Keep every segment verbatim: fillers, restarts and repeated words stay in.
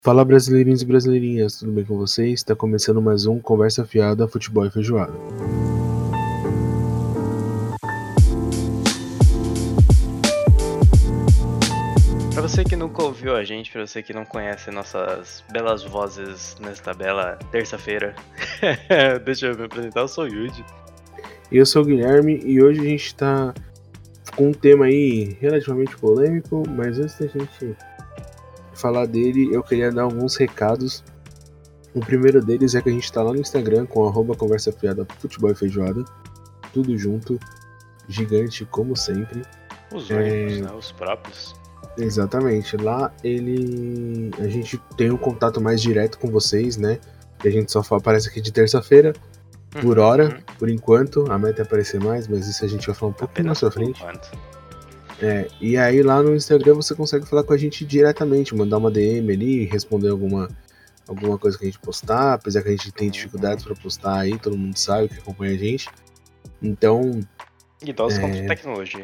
Fala, brasileirinhos e brasileirinhas, tudo bem com vocês? Está começando mais um Conversa Fiada, Futebol e Feijoada. Pra você que nunca ouviu a gente, pra você que não conhece nossas belas vozes nesta bela terça-feira, deixa eu me apresentar, eu sou o Yuji. Eu sou o Guilherme e hoje a gente está com um tema aí relativamente polêmico, mas antes da gente falar dele, eu queria dar alguns recados. O primeiro deles é que a gente está lá no Instagram com arroba Conversa Fiada, Futebol e Feijoada, tudo junto, gigante como sempre. Os únicos, é... né? Os próprios. Exatamente, lá ele a gente tem um contato mais direto com vocês, né? Que a gente só aparece aqui de terça-feira, por uhum, hora, uhum. por enquanto. A meta é aparecer mais, mas isso a gente vai falar um pouquinho mais pra frente. É, e aí lá no Instagram você consegue falar com a gente diretamente, mandar uma D M ali, responder alguma, alguma coisa que a gente postar, apesar que a gente tem dificuldades para postar aí, todo mundo sabe que acompanha a gente. Então. Idosos é... contra tecnologia.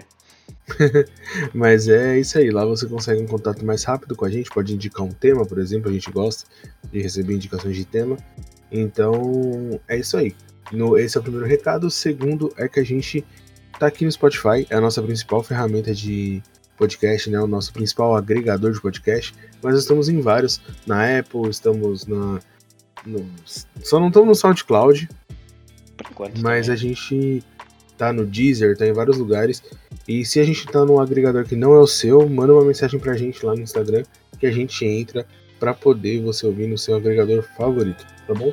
Mas é isso aí, lá você consegue um contato mais rápido com a gente, pode indicar um tema, por exemplo, a gente gosta de receber indicações de tema. Então é isso aí. No, esse é o primeiro recado. O segundo é que a gente tá aqui no Spotify, é a nossa principal ferramenta de podcast, né? O nosso principal agregador de podcast. Mas nós estamos em vários, na Apple, estamos na. No, só não estamos no SoundCloud. Por enquanto, mas também. A gente tá no Deezer, tá em vários lugares. E se a gente tá num agregador que não é o seu, manda uma mensagem pra gente lá no Instagram que a gente entra pra poder você ouvir no seu agregador favorito, tá bom?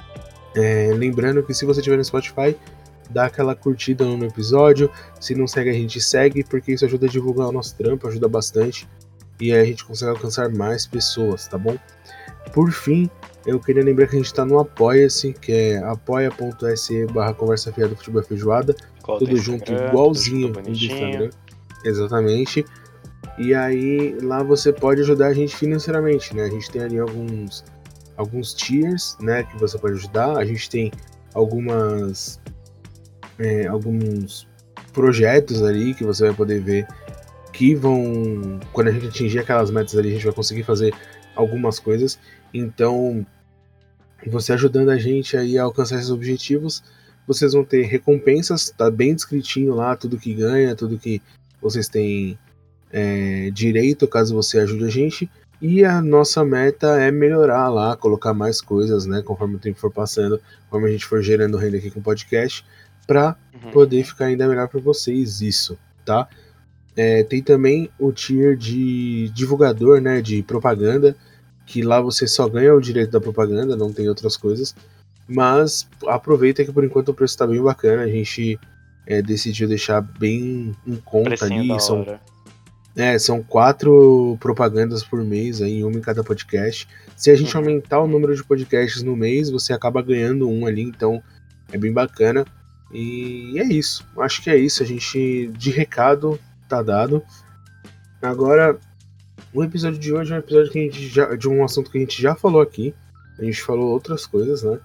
É, lembrando que se você estiver no Spotify, dá aquela curtida no episódio. Se não segue, a gente segue, porque isso ajuda a divulgar o nosso trampo, ajuda bastante. E aí a gente consegue alcançar mais pessoas, tá bom? Por fim, eu queria lembrar que a gente tá no Apoia-se, que é apoia.se barra Conversa Fiada Futebol e Feijoada. Qual tudo junto, igualzinho tudo no Instagram. Exatamente. E aí, lá você pode ajudar a gente financeiramente, né? A gente tem ali alguns, alguns tiers, né? Que você pode ajudar. A gente tem algumas... É, alguns projetos ali que você vai poder ver que vão... Quando a gente atingir aquelas metas ali, a gente vai conseguir fazer algumas coisas. Então, você ajudando a gente aí a alcançar esses objetivos, vocês vão ter recompensas, tá bem descritinho lá, tudo que ganha, tudo que vocês têm é, direito, caso você ajude a gente. E a nossa meta é melhorar lá, colocar mais coisas, né, conforme o tempo for passando, conforme a gente for gerando renda aqui com o podcast, para uhum. poder ficar ainda melhor para vocês isso, tá? É, tem também o tier de divulgador, né, de propaganda, que lá você só ganha o direito da propaganda, não tem outras coisas. Mas aproveita que por enquanto o preço tá bem bacana. A gente é, decidiu deixar bem em conta Precinho ali. Da são, hora. É, são quatro propagandas por mês, aí, uma em cada podcast. Se a gente uhum. aumentar o número de podcasts no mês, você acaba ganhando um ali, então é bem bacana. E é isso. Acho que é isso. A gente, de recado, tá dado. Agora, o episódio de hoje é um episódio que a gente já, de um assunto que a gente já falou aqui. A gente falou outras coisas, né?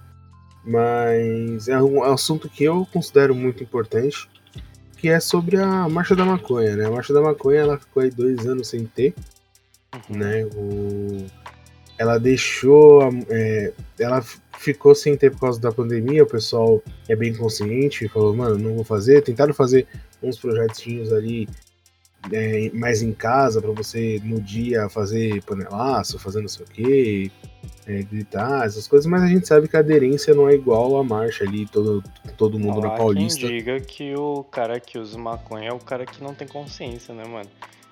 Mas é um assunto que eu considero muito importante, que é sobre a Marcha da Maconha, né? A Marcha da Maconha, ela ficou aí dois anos sem ter, uhum. né? O... Ela deixou... É... Ela ficou sem ter por causa da pandemia, o pessoal é bem consciente e falou, mano, não vou fazer. Tentaram fazer uns projetinhos ali é, mais em casa, pra você no dia fazer panelaço, fazer não sei o quê... É, gritar, essas coisas, mas a gente sabe que a aderência não é igual à marcha ali, todo, todo mundo Olá, na Paulista. Quem diga que o cara que usa maconha é o cara que não tem consciência, né, mano?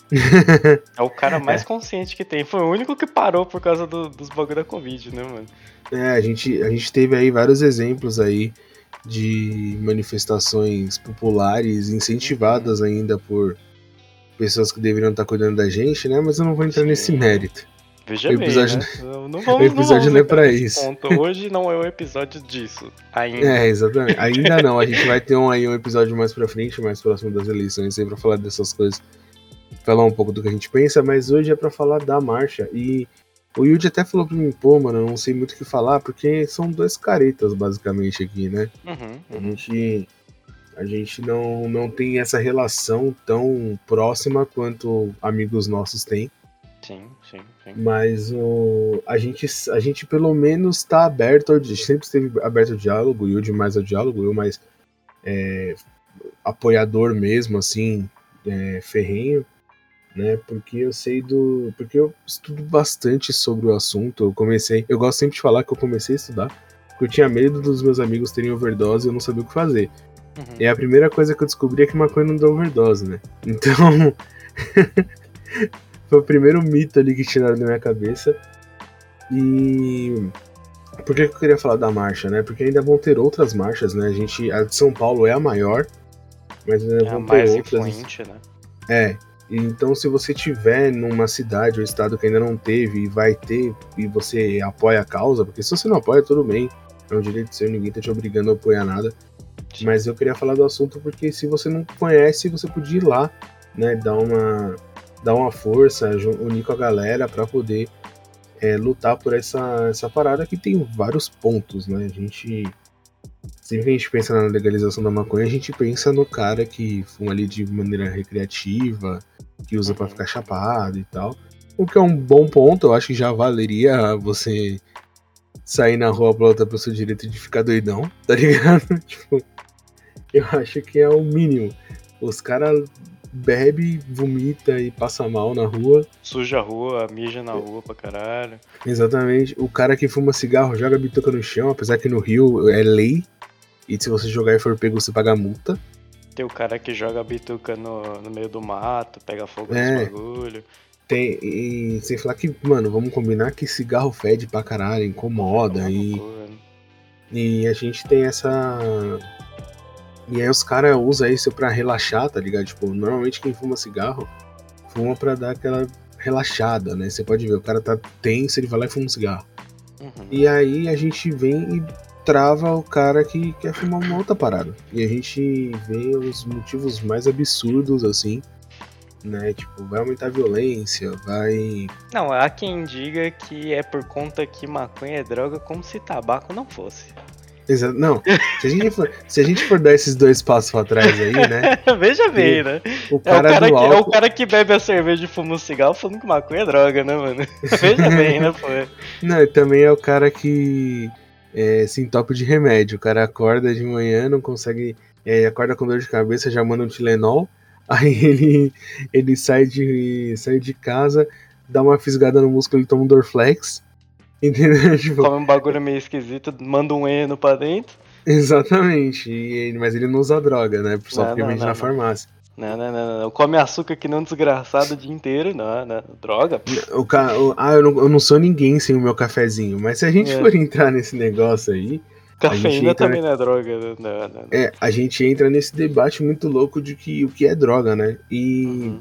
É o cara mais é. consciente que tem. Foi o único que parou por causa do, dos bagulho da Covid, né, mano? É, a gente, a gente teve aí vários exemplos aí de manifestações populares incentivadas uhum. ainda por pessoas que deveriam estar cuidando da gente, né? Mas eu não vou entrar Sim. nesse mérito. Veja o episódio, bem, né? Não vamos, o episódio não, vamos não é pra isso. Ponto. Hoje não é o episódio disso. Ainda. É, exatamente. Ainda não. A gente vai ter um, aí um episódio mais pra frente, mais próximo das eleições, aí pra falar dessas coisas. Falar um pouco do que a gente pensa, mas hoje é pra falar da marcha. E o Yuji até falou pra mim, pô, mano, eu não sei muito o que falar, porque são dois caretas, basicamente, aqui, né? Uhum, uhum. A gente, a gente não, não tem essa relação tão próxima quanto amigos nossos têm. Sim, sim, sim. Mas o, a, gente, a gente pelo menos está aberto, ao, sempre esteve aberto ao diálogo, e eu demais ao diálogo, eu mais é, apoiador mesmo, assim, é, ferrenho, né? Porque eu sei do. Porque eu estudo bastante sobre o assunto. Eu comecei. Eu gosto sempre de falar que eu comecei a estudar, porque eu tinha medo dos meus amigos terem overdose e eu não sabia o que fazer. Uhum. E a primeira coisa que eu descobri é que maconha não dá overdose, né? Então. Foi o primeiro mito ali que tiraram da minha cabeça. E por que eu queria falar da marcha, né? Porque ainda vão ter outras marchas, né? A gente, a de São Paulo é a maior, mas ainda É a vão ter mais outras. influente, né? É. Então, se você tiver numa cidade ou estado que ainda não teve e vai ter, e você apoia a causa, porque se você não apoia, tudo bem, é um direito seu, ninguém tá te obrigando a apoiar nada. Sim. Mas eu queria falar do assunto porque se você não conhece, você podia ir lá, né? Dar uma, dar uma força, unir com a galera para poder é, lutar por essa, essa parada que tem vários pontos, né? A gente. Sempre que a gente pensa na legalização da maconha, a gente pensa no cara que fuma ali de maneira recreativa, que usa uhum. para ficar chapado e tal. O que é um bom ponto, eu acho que já valeria você sair na rua pra lutar pelo seu direito de ficar doidão, tá ligado? Tipo, eu acho que é o mínimo. Os caras bebe, vomita e passa mal na rua. Suja a rua, mija na rua pra caralho. Exatamente. O cara que fuma cigarro joga a bituca no chão, apesar que no Rio é lei. E se você jogar e for pego, você paga multa. Tem o cara que joga a bituca no, no meio do mato, pega fogo é, nos bagulho. Tem, e sem falar que, mano, vamos combinar que cigarro fede pra caralho, incomoda. É e, loucura, né? E a gente tem essa... E aí os caras usam isso pra relaxar, tá ligado? Tipo, normalmente quem fuma cigarro, fuma pra dar aquela relaxada, né? Você pode ver, o cara tá tenso, ele vai lá e fuma um cigarro. Uhum. E aí a gente vem e trava o cara que quer fumar uma outra parada. E a gente vê os motivos mais absurdos, assim, né? Tipo, vai aumentar a violência, vai... Não, há quem diga que é por conta que maconha é droga como se tabaco não fosse. Exato. Não, se a, gente for, se a gente for dar esses dois passos pra trás aí, né? Veja bem, né? O cara, é, o cara do que, álcool... é o cara que bebe a cerveja e fuma um cigarro falando que maconha é droga, né, mano? Veja bem, né, pô? Não, também é o cara que é, se entope de remédio. O cara acorda de manhã, não consegue... É, acorda com dor de cabeça, já manda um Tilenol. Aí ele, ele sai, de, sai de casa, dá uma fisgada no músculo, ele toma um Dorflex. Entendeu? Tipo, come um bagulho meio esquisito, manda um eno pra dentro. Exatamente, e, mas ele não usa droga, né? Só não, porque não, vende não, na não. farmácia. Não, não, não, não. Come açúcar que não desgraçado o dia inteiro, não, não. Droga. O, ca... o, ah, eu não, eu não sou ninguém sem o meu cafezinho, mas se a gente é. for entrar nesse negócio aí. Cafeína entra... também não é droga, não, não, não. É, a gente entra nesse debate muito louco de que o que é droga, né? E. Uhum.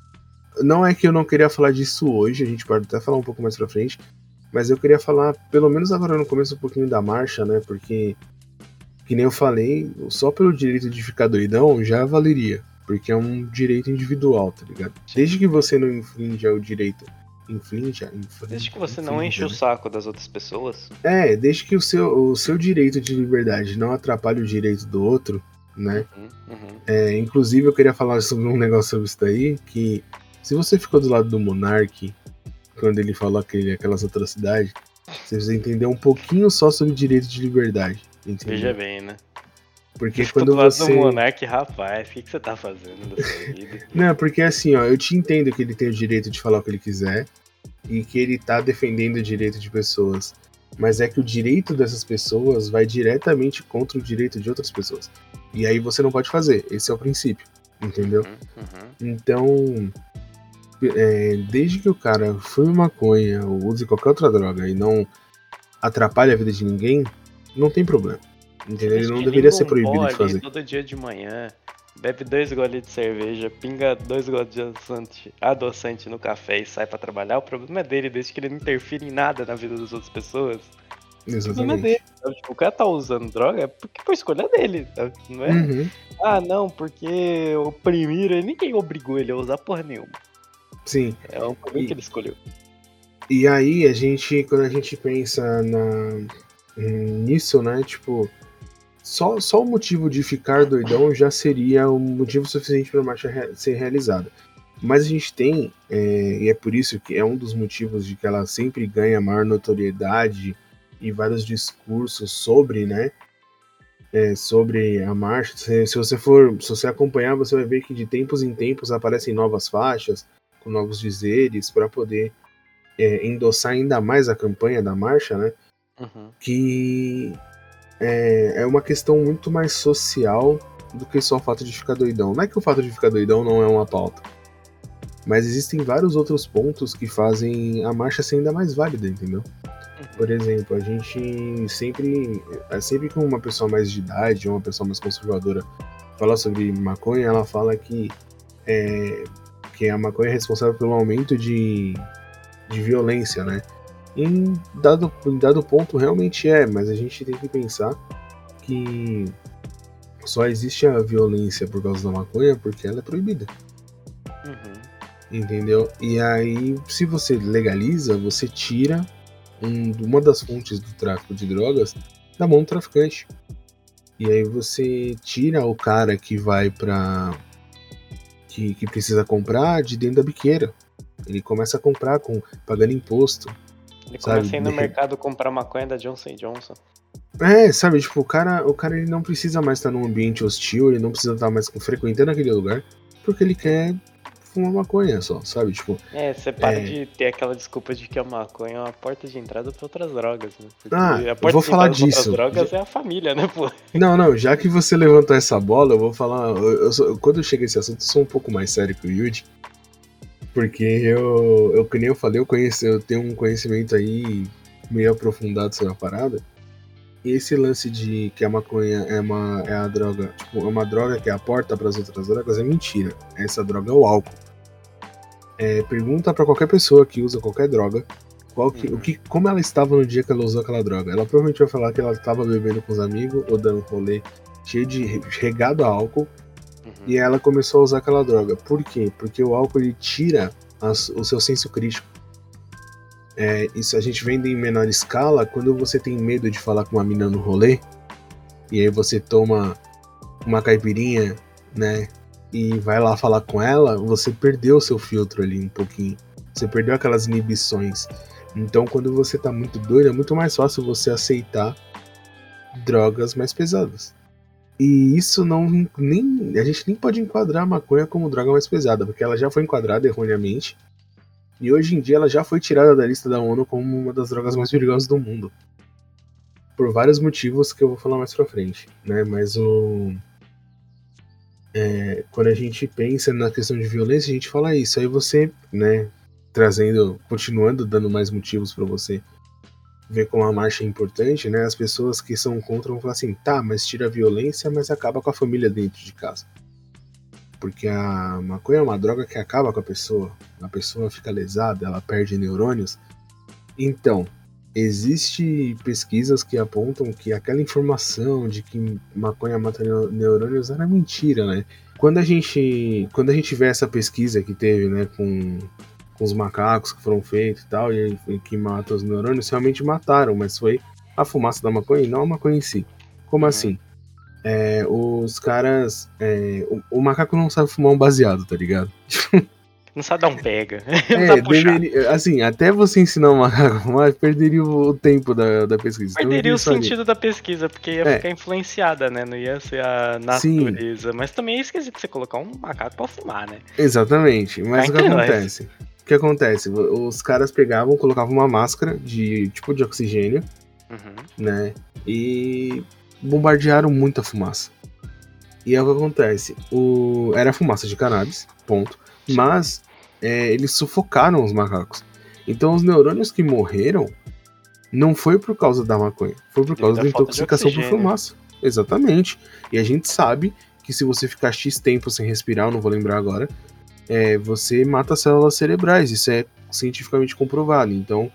Não é que eu não queria falar disso hoje, a gente pode até falar um pouco mais pra frente. Mas eu queria falar, pelo menos agora no começo, um pouquinho da marcha, né? Porque, que nem eu falei, só pelo direito de ficar doidão já valeria. Porque é um direito individual, tá ligado? Desde que você não infrinja o direito. Infrinja? infrinja desde que você infrinja, não enche né? o saco das outras pessoas. É, desde que o seu, o seu direito de liberdade não atrapalhe o direito do outro, né? Uhum, uhum. É, inclusive, eu queria falar sobre um negócio sobre isso daí, que se você ficou do lado do Monark quando ele falou aquele, aquelas atrocidades, você precisa entender um pouquinho só sobre direito de liberdade. Entendeu? Veja bem, né? Porque você quando do lado você... do Monark, rapaz, o que, que você tá fazendo da sua vida? Não, porque assim, ó, eu te entendo que ele tem o direito de falar o que ele quiser e que ele tá defendendo o direito de pessoas. Mas é que o direito dessas pessoas vai diretamente contra o direito de outras pessoas. E aí você não pode fazer. Esse é o princípio. Entendeu? Uhum, uhum. Então... É, desde que o cara fume maconha ou use qualquer outra droga e não atrapalhe a vida de ninguém, não tem problema. Entendeu? Ele não deveria ser proibido de fazer. Todo dia de manhã, bebe dois goles de cerveja, pinga dois goles de adoçante, adoçante no café e sai pra trabalhar, o problema é dele, desde que ele não interfira em nada na vida das outras pessoas. Exatamente. O problema é dele. Então, tipo, o cara tá usando droga é porque por escolha dele, não é? Uhum. Ah, não, porque oprimiram ele, ninguém obrigou ele a usar porra nenhuma. Sim. É um bagulho que ele escolheu. E aí, a gente, quando a gente pensa na, nisso, né, tipo, só, só o motivo de ficar doidão já seria um motivo suficiente para a marcha re- ser realizada. Mas a gente tem, é, e é por isso que é um dos motivos de que ela sempre ganha maior notoriedade e vários discursos sobre, né, é, sobre a marcha. Se, se você for, se você acompanhar, você vai ver que de tempos em tempos aparecem novas faixas, com novos dizeres, para poder é, endossar ainda mais a campanha da marcha, né, Uhum. que é, é uma questão muito mais social do que só o fato de ficar doidão. Não é que o fato de ficar doidão não é uma pauta, mas existem vários outros pontos que fazem a marcha ser ainda mais válida, entendeu? Por exemplo, a gente sempre, sempre que uma pessoa mais de idade, uma pessoa mais conservadora fala sobre maconha, ela fala que, é, que a maconha é responsável pelo aumento de, de violência, né? Em dado, em dado ponto realmente é, mas a gente tem que pensar que só existe a violência por causa da maconha porque ela é proibida. Uhum. Entendeu? E aí, se você legaliza, você tira um, uma das fontes do tráfico de drogas da mão do traficante. E aí você tira o cara que vai pra. que, que precisa comprar de dentro da biqueira. Ele começa a comprar com pagando imposto. Ele Sabe? começa a ir no mercado comprar maconha da Johnson and Johnson. É, sabe, tipo, o cara, o cara ele não precisa mais estar num ambiente hostil, ele não precisa estar mais frequentando aquele lugar, porque ele quer fumar maconha só, sabe? Tipo, É, você para é... de ter aquela desculpa de que a maconha é uma porta de entrada para outras drogas, né? Porque Ah, a eu porta vou de falar entrada para outras disso. drogas é a família, né, pô? Não, não, já que você levantou essa bola, eu vou falar. Eu, eu sou, quando eu chego a esse assunto, eu sou um pouco mais sério que o Yuji. Porque eu, eu, que nem eu falei, eu, conheço, eu tenho um conhecimento aí meio aprofundado sobre a parada. E esse lance de que a maconha é uma é a droga, tipo, é uma droga que é a porta para as outras drogas é mentira. Essa droga é o álcool. É, pergunta para qualquer pessoa que usa qualquer droga qual que, Uhum. o que, como ela estava no dia que ela usou aquela droga. Ela provavelmente vai falar que ela estava bebendo com os amigos ou dando rolê cheio de regado a álcool. Uhum. E ela começou a usar aquela droga. Por quê? Porque o álcool ele tira as, o seu senso crítico. É, isso a gente vende em menor escala quando você tem medo de falar com uma mina no rolê. E aí você toma uma caipirinha, né? E vai lá falar com ela, você perdeu o seu filtro ali um pouquinho. Você perdeu aquelas inibições. Então quando você tá muito doido, é muito mais fácil você aceitar drogas mais pesadas. E isso não nem a gente nem pode enquadrar a maconha como droga mais pesada, porque ela já foi enquadrada erroneamente. E hoje em dia ela já foi tirada da lista da ONU como uma das drogas mais perigosas do mundo. Por vários motivos que eu vou falar mais pra frente, né? Mas o é, quando a gente pensa na questão de violência, a gente fala isso. Aí você, né, trazendo, continuando dando mais motivos para você ver como a marcha é importante, né? As pessoas que são contra vão falar assim, tá, mas tira a violência, mas acaba com a família dentro de casa. Porque a maconha é uma droga que acaba com a pessoa. A pessoa fica lesada, ela perde neurônios. Então, existe pesquisas que apontam que aquela informação de que maconha mata neurônios era mentira, né? Quando a gente, quando a gente vê essa pesquisa que teve, né, com, com os macacos que foram feitos e tal, e, e que matam os neurônios, realmente mataram, mas foi a fumaça da maconha e não a maconha em si. Como Uhum. assim? É, os caras. É, o, o macaco não sabe fumar um baseado, tá ligado? Não sabe dar um pega. Não É, sabe puxar. deveria, assim, até você ensinar o macaco a fumar, perderia o tempo da, da pesquisa. Então, Perderia o eles fariam. sentido da pesquisa, porque ia É. ficar influenciada, né? Não ia ser a Sim, natureza. Mas também é esquisito você colocar um macaco pra fumar, né? exatamente. Mas Cá o que entre nós. acontece? O que acontece? Os caras pegavam, colocavam uma máscara de tipo de oxigênio, Uhum. né? E bombardearam muita fumaça. E é o que acontece. O... Era fumaça de cannabis, ponto. Sim. Mas é, eles sufocaram os macacos. Então os neurônios que morreram não foi por causa da maconha, foi por Devido causa à da falta de intoxicação por oxigênio. fumaça. Exatamente. E a gente sabe que se você ficar X tempo sem respirar, eu não vou lembrar agora, é, você mata células cerebrais. Isso é cientificamente comprovado. Então,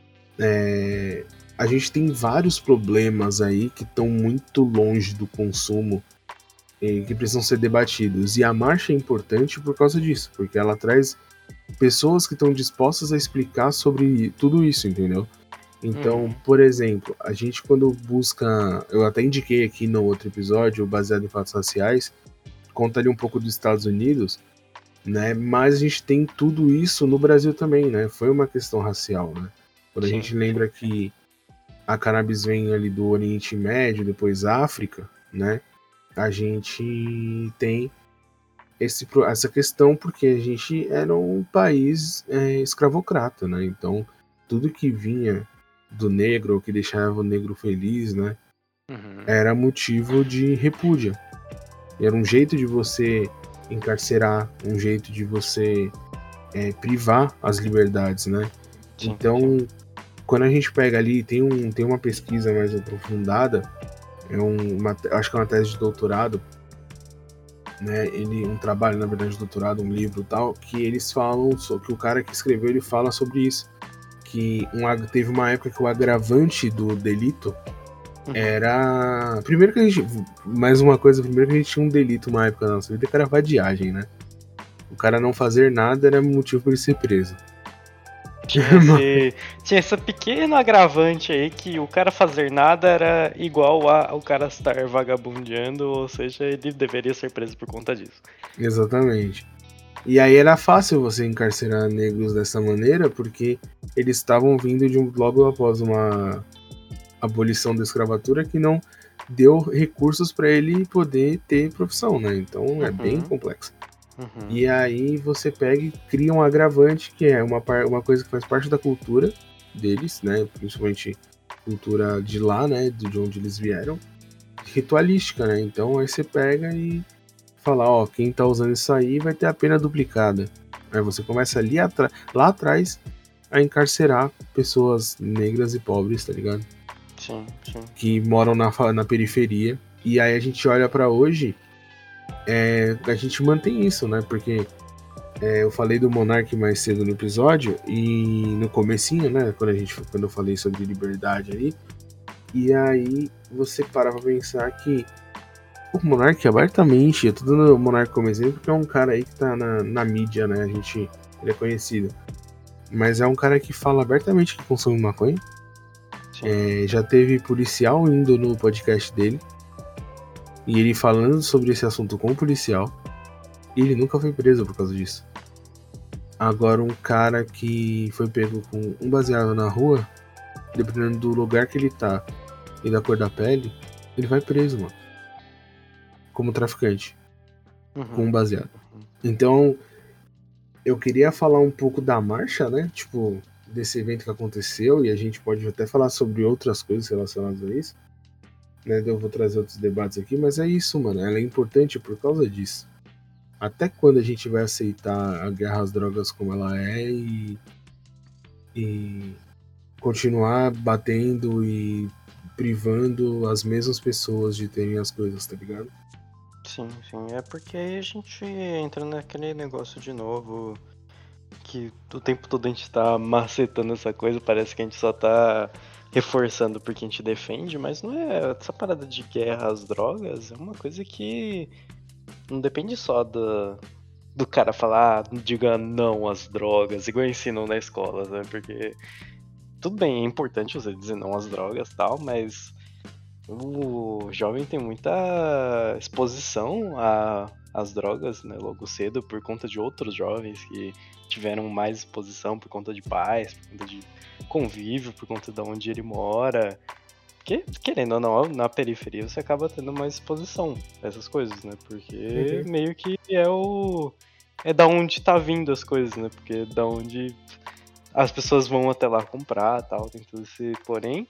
é, a gente tem vários problemas aí que estão muito longe do consumo e que precisam ser debatidos. E a marcha é importante por causa disso, porque ela traz pessoas que estão dispostas a explicar sobre tudo isso, entendeu? Então, Uhum. por exemplo, a gente quando busca, eu até indiquei aqui no outro episódio, baseado em fatos raciais, conta ali um pouco dos Estados Unidos, né? Mas a gente tem tudo isso no Brasil também, né? Foi uma questão racial, né? Quando a Sim. gente lembra que a cannabis vem ali do Oriente Médio, depois África, né? A gente tem esse, essa questão porque a gente era um país é, escravocrata, né? Então, tudo que vinha do negro, ou que deixava o negro feliz, né? Uhum. Era motivo de repúdia. Era um jeito de você encarcerar, um jeito de você é, privar as liberdades, né? Sim, então, sim. quando a gente pega ali, tem, um, tem uma pesquisa mais aprofundada, é um, uma, acho que é uma tese de doutorado, né? Ele, um trabalho, na verdade, de doutorado, um livro e tal, que eles falam, que o cara que escreveu, ele fala sobre isso, que um, teve uma época que o agravante do delito era... Primeiro que a gente... Mais uma coisa, primeiro que a gente tinha um delito uma época na nossa vida, que era vadiagem, né? O cara não fazer nada era motivo para ele ser preso. Tinha, esse, tinha essa pequena agravante aí que o cara fazer nada era igual a o cara estar vagabundeando, ou seja, ele deveria ser preso por conta disso. Exatamente. E aí era fácil você encarcerar negros dessa maneira, porque eles estavam vindo de um, logo após uma abolição da escravatura que não deu recursos para ele poder ter profissão, né? Então é Uhum. bem complexo. Uhum. E aí você pega e cria um agravante que é uma, uma coisa que faz parte da cultura deles, né? Principalmente cultura de lá, né? De onde eles vieram, ritualística, né? Então aí você pega e fala, ó, quem tá usando isso aí vai ter a pena duplicada. Aí você começa ali atra- lá atrás a encarcerar pessoas negras e pobres, tá ligado? Sim, sim. Que moram na, na periferia. E aí a gente olha pra hoje, é, a gente mantém isso, né? Porque é, eu falei do Monark mais cedo no episódio, e no comecinho, né? Quando, a gente, quando eu falei sobre liberdade aí. E aí você para pra pensar que o Monark abertamente, eu tô dando o Monark como exemplo porque é um cara aí que tá na, na mídia, né? A gente, ele é conhecido. Mas é um cara que fala abertamente que consome maconha. É, já teve policial indo no podcast dele e ele falando sobre esse assunto com o policial. E ele nunca foi preso por causa disso. Agora, um cara que foi pego com um baseado na rua, dependendo do lugar que ele tá e da cor da pele, ele vai preso, mano. Como traficante. Uhum. Com um baseado. Uhum. Então, eu queria falar um pouco da marcha, né? Tipo, desse evento que aconteceu, e a gente pode até falar sobre outras coisas relacionadas a isso. Né? Eu vou trazer outros debates aqui, mas é isso, mano. Ela é importante por causa disso. Até quando a gente vai aceitar a guerra às drogas como ela é e, e continuar batendo e privando as mesmas pessoas de terem as coisas, tá ligado? Sim, sim. É porque aí a gente entra naquele negócio de novo que o tempo todo a gente tá macetando essa coisa, parece que a gente só tá reforçando porque a gente defende, mas não é. Essa parada de guerra às drogas é uma coisa que não depende só do, do cara falar, ah, diga não às drogas, igual ensinam na escola, sabe? Porque tudo bem, é importante você dizer não às drogas e tal, mas o jovem tem muita exposição a, às drogas, né, logo cedo, por conta de outros jovens que tiveram mais exposição por conta de pais, por conta de convívio, por conta de onde ele mora. Porque, querendo ou não, na periferia você acaba tendo mais exposição a essas coisas, né? Porque uhum. meio que é o. É da onde tá vindo as coisas, né? Porque é da onde as pessoas vão até lá comprar e tal, tem tudo esse porém.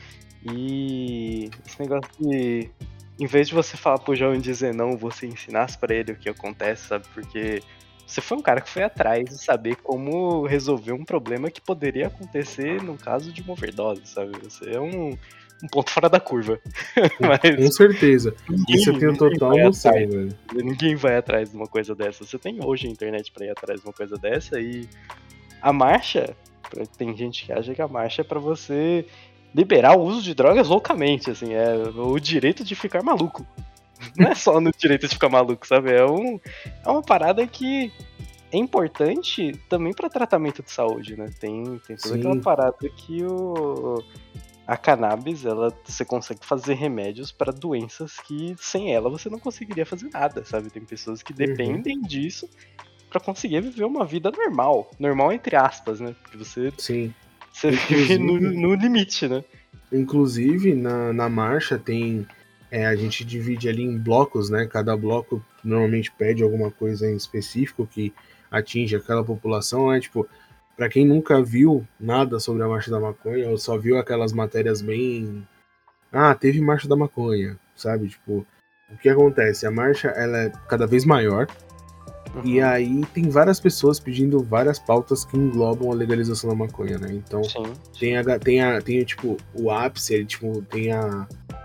E esse negócio de, em vez de você falar pro jovem dizer não, você ensinasse pra ele o que acontece, sabe? Porque você foi um cara que foi atrás de saber como resolver um problema que poderia acontecer no caso de uma overdose, sabe? Você é um, um ponto fora da curva. Mas com certeza. Ninguém, Isso eu tenho total noção, atrás, velho. Ninguém vai atrás de uma coisa dessa. Você tem hoje a internet pra ir atrás de uma coisa dessa e a marcha, tem gente que acha que a marcha é pra você liberar o uso de drogas loucamente, assim, é o direito de ficar maluco. Não é só no direito de ficar maluco, sabe? É, um, é uma parada que é importante também para tratamento de saúde, né? Tem, tem toda Sim. aquela parada que o, a cannabis, ela, você consegue fazer remédios para doenças que sem ela você não conseguiria fazer nada, sabe? Tem pessoas que dependem uhum. disso pra conseguir viver uma vida normal. Normal entre aspas, né? Porque você, Sim. você vive no, no limite, né? Inclusive, na, na marcha tem... É, a gente divide ali em blocos, né? Cada bloco normalmente pede alguma coisa em específico que atinge aquela população, né? Tipo, pra quem nunca viu nada sobre a Marcha da Maconha, ou só viu aquelas matérias bem... Ah, teve Marcha da Maconha, sabe? Tipo, o que acontece? A marcha, ela é cada vez maior, uhum. E aí tem várias pessoas pedindo várias pautas que englobam a legalização da maconha, né? Então, sim, sim. Tem, a, tem, a, tem, tipo, o ápice, ele, tipo, tem a...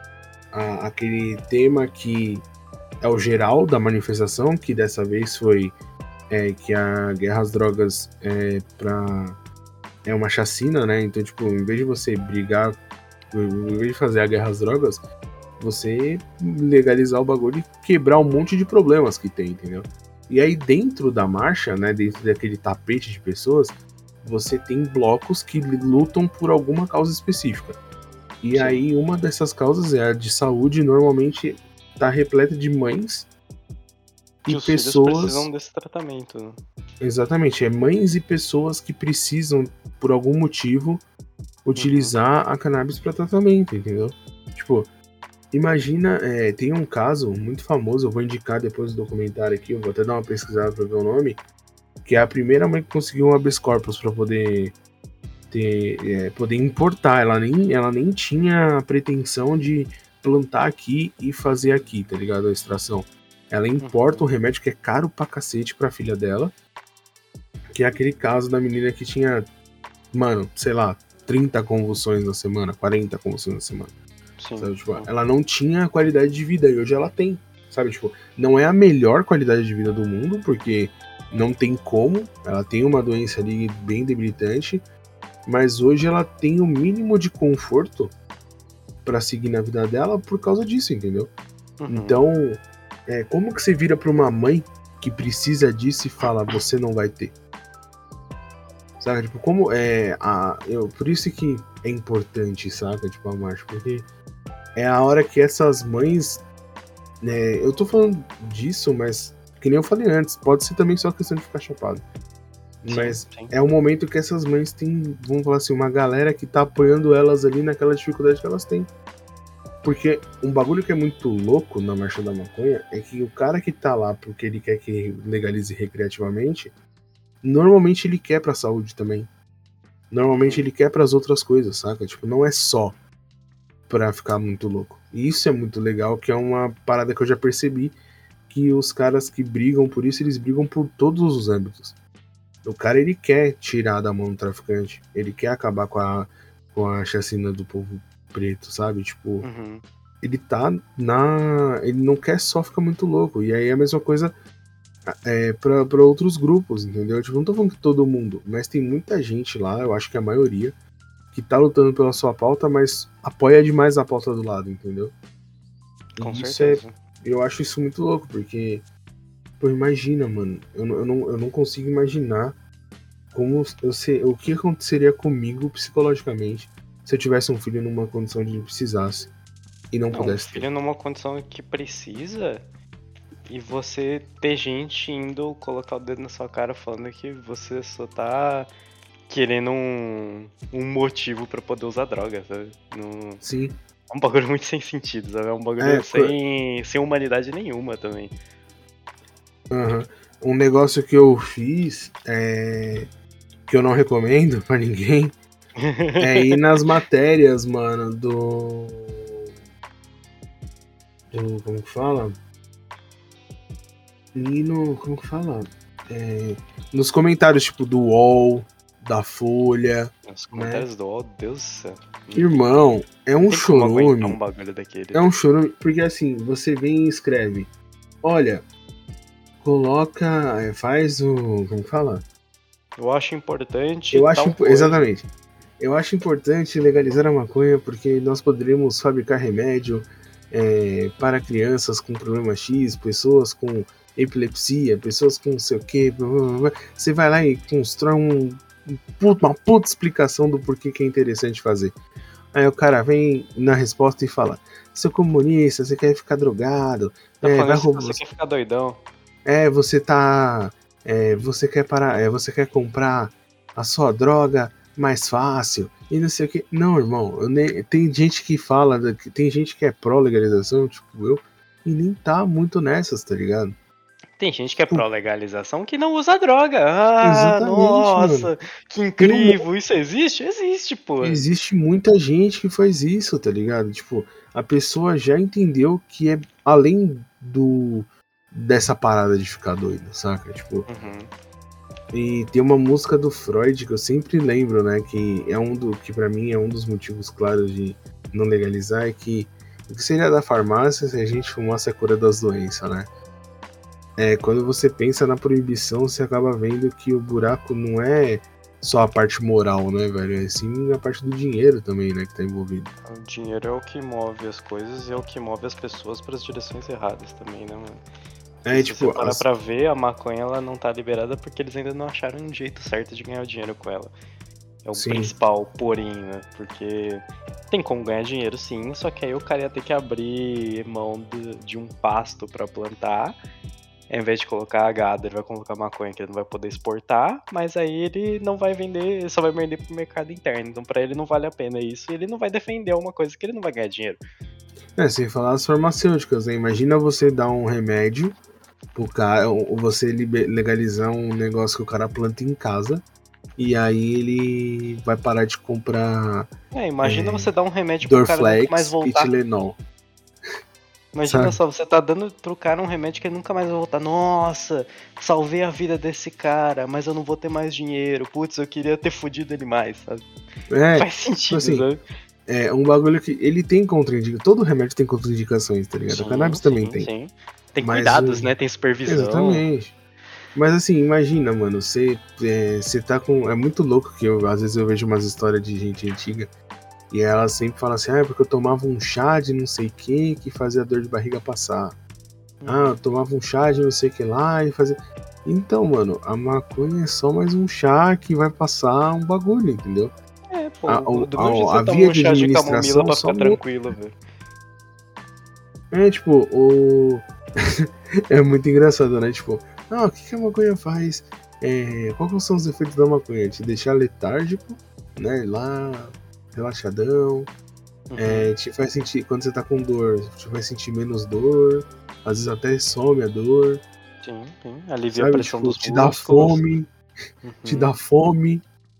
A, aquele tema que é o geral da manifestação, que dessa vez foi é, que a guerra às drogas é, pra, é uma chacina, né? Então, tipo, em vez de você brigar, em vez de fazer a guerra às drogas, você legalizar o bagulho e quebrar um monte de problemas que tem, entendeu? E aí dentro da marcha, né, dentro daquele tapete de pessoas, você tem blocos que lutam por alguma causa específica. E Sim. aí uma dessas causas é a de saúde, normalmente tá repleta de mães que e os pessoas filhos precisam desse tratamento. Né? Exatamente, é mães e pessoas que precisam, por algum motivo, utilizar uhum. a cannabis para tratamento, entendeu? Tipo, imagina, é, tem um caso muito famoso, eu vou indicar depois do documentário aqui, eu vou até dar uma pesquisada para ver o nome, que é a primeira mãe que conseguiu um habeas corpus para poder ter, é, poder importar. Ela nem, ela nem tinha a pretensão de plantar aqui e fazer aqui, tá ligado? A extração. Ela importa uhum. um remédio que é caro pra cacete pra filha dela, que é aquele caso da menina que tinha, mano, sei lá, trinta convulsões na semana, quarenta convulsões na semana. Sim, sabe? Tipo, sim. Ela não tinha qualidade de vida e hoje ela tem, sabe? Tipo, não é a melhor qualidade de vida do mundo, porque não tem como, ela tem uma doença ali bem debilitante, mas hoje ela tem o mínimo de conforto pra seguir na vida dela por causa disso, entendeu? Uhum. Então, é, como que você vira pra uma mãe que precisa disso e fala, você não vai ter? Sabe? Tipo, como é a... Eu, por isso que é importante, saca? Tipo, a marcha, porque é a hora que essas mães... Né, eu tô falando disso, mas que nem eu falei antes, pode ser também só questão de ficar chapado. Sim, mas sim. É o momento que essas mães têm, vamos falar assim, uma galera que tá apoiando elas ali naquela dificuldade que elas têm. Porque um bagulho que é muito louco na Marcha da Maconha é que o cara que tá lá porque ele quer que legalize recreativamente, normalmente ele quer pra saúde também. Normalmente ele quer pras outras coisas, saca? Tipo, não é só pra ficar muito louco. E isso é muito legal, que é uma parada que eu já percebi, que os caras que brigam por isso, eles brigam por todos os âmbitos. O cara, ele quer tirar da mão do traficante, ele quer acabar com a, com a chacina do povo preto, sabe? Tipo, uhum. ele tá na... ele não quer só ficar muito louco. E aí é a mesma coisa é, pra, pra outros grupos, entendeu? Tipo, não tô falando que todo mundo, mas tem muita gente lá, eu acho que a maioria, que tá lutando pela sua pauta, mas apoia demais a pauta do lado, entendeu? Com e certeza. Isso é, eu acho isso muito louco, porque... Pô, imagina, mano, eu, eu, não, eu não consigo imaginar como eu sei, o que aconteceria comigo psicologicamente se eu tivesse um filho numa condição de ele precisasse e não, não pudesse ter. Um filho numa condição que precisa e você ter gente indo colocar o dedo na sua cara falando que você só tá querendo um, um motivo pra poder usar droga, sabe? Não... Sim. É um bagulho muito sem sentido, sabe? É um bagulho é, sem, por... sem humanidade nenhuma também. Uhum. Um negócio que eu fiz, é... que eu não recomendo pra ninguém, é ir nas matérias, mano, do... do... como que fala? E no... como que fala? É... Nos comentários, tipo, do U O L, da Folha... Os comentários né? do U O L, Deus do céu. Irmão, é um chorume. Um bagulho daquele. É um chorume, porque assim, você vem e escreve, olha... Coloca, faz o... como fala? Eu acho importante... Eu acho, impo- exatamente. Eu acho importante legalizar a maconha porque nós poderíamos fabricar remédio é, para crianças com problema X, pessoas com epilepsia, pessoas com não sei o que. Você vai lá e constrói um, um puto, uma puta explicação do porquê que é interessante fazer. Aí o cara vem na resposta e fala, seu comunista, você quer ficar drogado, tá é, vai roubar... você quer ficar doidão. É, você tá é, você quer parar, é, você quer comprar a sua droga mais fácil e não sei o que. Não, irmão, eu nem, tem gente que fala, da- que- tem gente que é pró-legalização, tipo eu, e nem tá muito nessas, tá ligado? Tem gente que é Tipo, pró-legalização que não usa droga. Ah, exatamente, mano. nossa, que Tem um, incrível. Isso existe? Existe, pô. existe muita gente que faz isso, tá ligado? Tipo, a pessoa já entendeu que é além do dessa parada de ficar doido, saca? Tipo, Uhum. e tem uma música do Freud que eu sempre lembro, né, que é um do que para mim é um dos motivos claros de não legalizar é que o que seria da farmácia se a gente fumasse a cura das doenças, né? É, quando você pensa na proibição, você acaba vendo que o buraco não é só a parte moral, né, velho? É sim a parte do dinheiro também, né, que tá envolvido. O dinheiro é o que move as coisas e é o que move as pessoas para as direções erradas também, né, mano? Que É se você tipo, parar as... pra ver, a maconha ela não tá liberada porque eles ainda não acharam um jeito certo de ganhar dinheiro com ela. É o sim, principal, porém, né? Porque tem como ganhar dinheiro sim, só que aí o cara ia ter que abrir mão de, de um pasto pra plantar. Ao invés de colocar gado, ele vai colocar maconha que ele não vai poder exportar, mas aí ele não vai vender, ele só vai vender pro mercado interno. Então pra ele não vale a pena isso e ele não vai defender uma coisa que ele não vai ganhar dinheiro. é, sem falar as farmacêuticas, né? Imagina você dar um remédio pro cara, ou você liber- legalizar um negócio que o cara planta em casa, e aí ele vai parar de comprar É, imagina é, você dar um remédio pro cara nunca mais Dorflex e voltar. Tilenol, Imagina sabe? só, você tá dando pro cara um remédio que ele nunca mais vai voltar. Nossa, salvei a vida desse cara, mas eu não vou ter mais dinheiro. Putz, eu queria ter fudido ele mais, sabe? É, Faz tipo sentido, assim, sabe? é um bagulho que ele tem contraindicação, todo remédio tem contraindicações, tá ligado? O Sim, cannabis também sim, tem, sim. Tem mas cuidados, o... né? Tem supervisão. Exatamente. Mas assim, imagina, mano, você é, você tá com... É muito louco que eu, às vezes eu vejo umas histórias de gente antiga e ela sempre fala assim, ah, é porque eu tomava um chá de não sei o que que fazia a dor de barriga passar. Ah, eu Uhum. tomava um chá de não sei o que lá e fazia... Então, mano, a maconha é só mais um chá que vai passar um bagulho, entendeu? É, A, pô, do mesmo jeito que a, você a toma via um de chá de camomila administração pra só ficar muda. tranquilo, velho. É, tipo, o... é muito engraçado, né? Tipo, ah, o que, que a maconha faz? É, quais são os efeitos da maconha? Te deixar letárgico, né? Lá, relaxadão. Uhum. É, te faz sentir, quando você tá com dor, te faz sentir menos dor. Às vezes até some a dor, Sim, sim. Alivia a sabe? pressão Tipo, dos te dá músculos. fome, te Uhum. dá fome.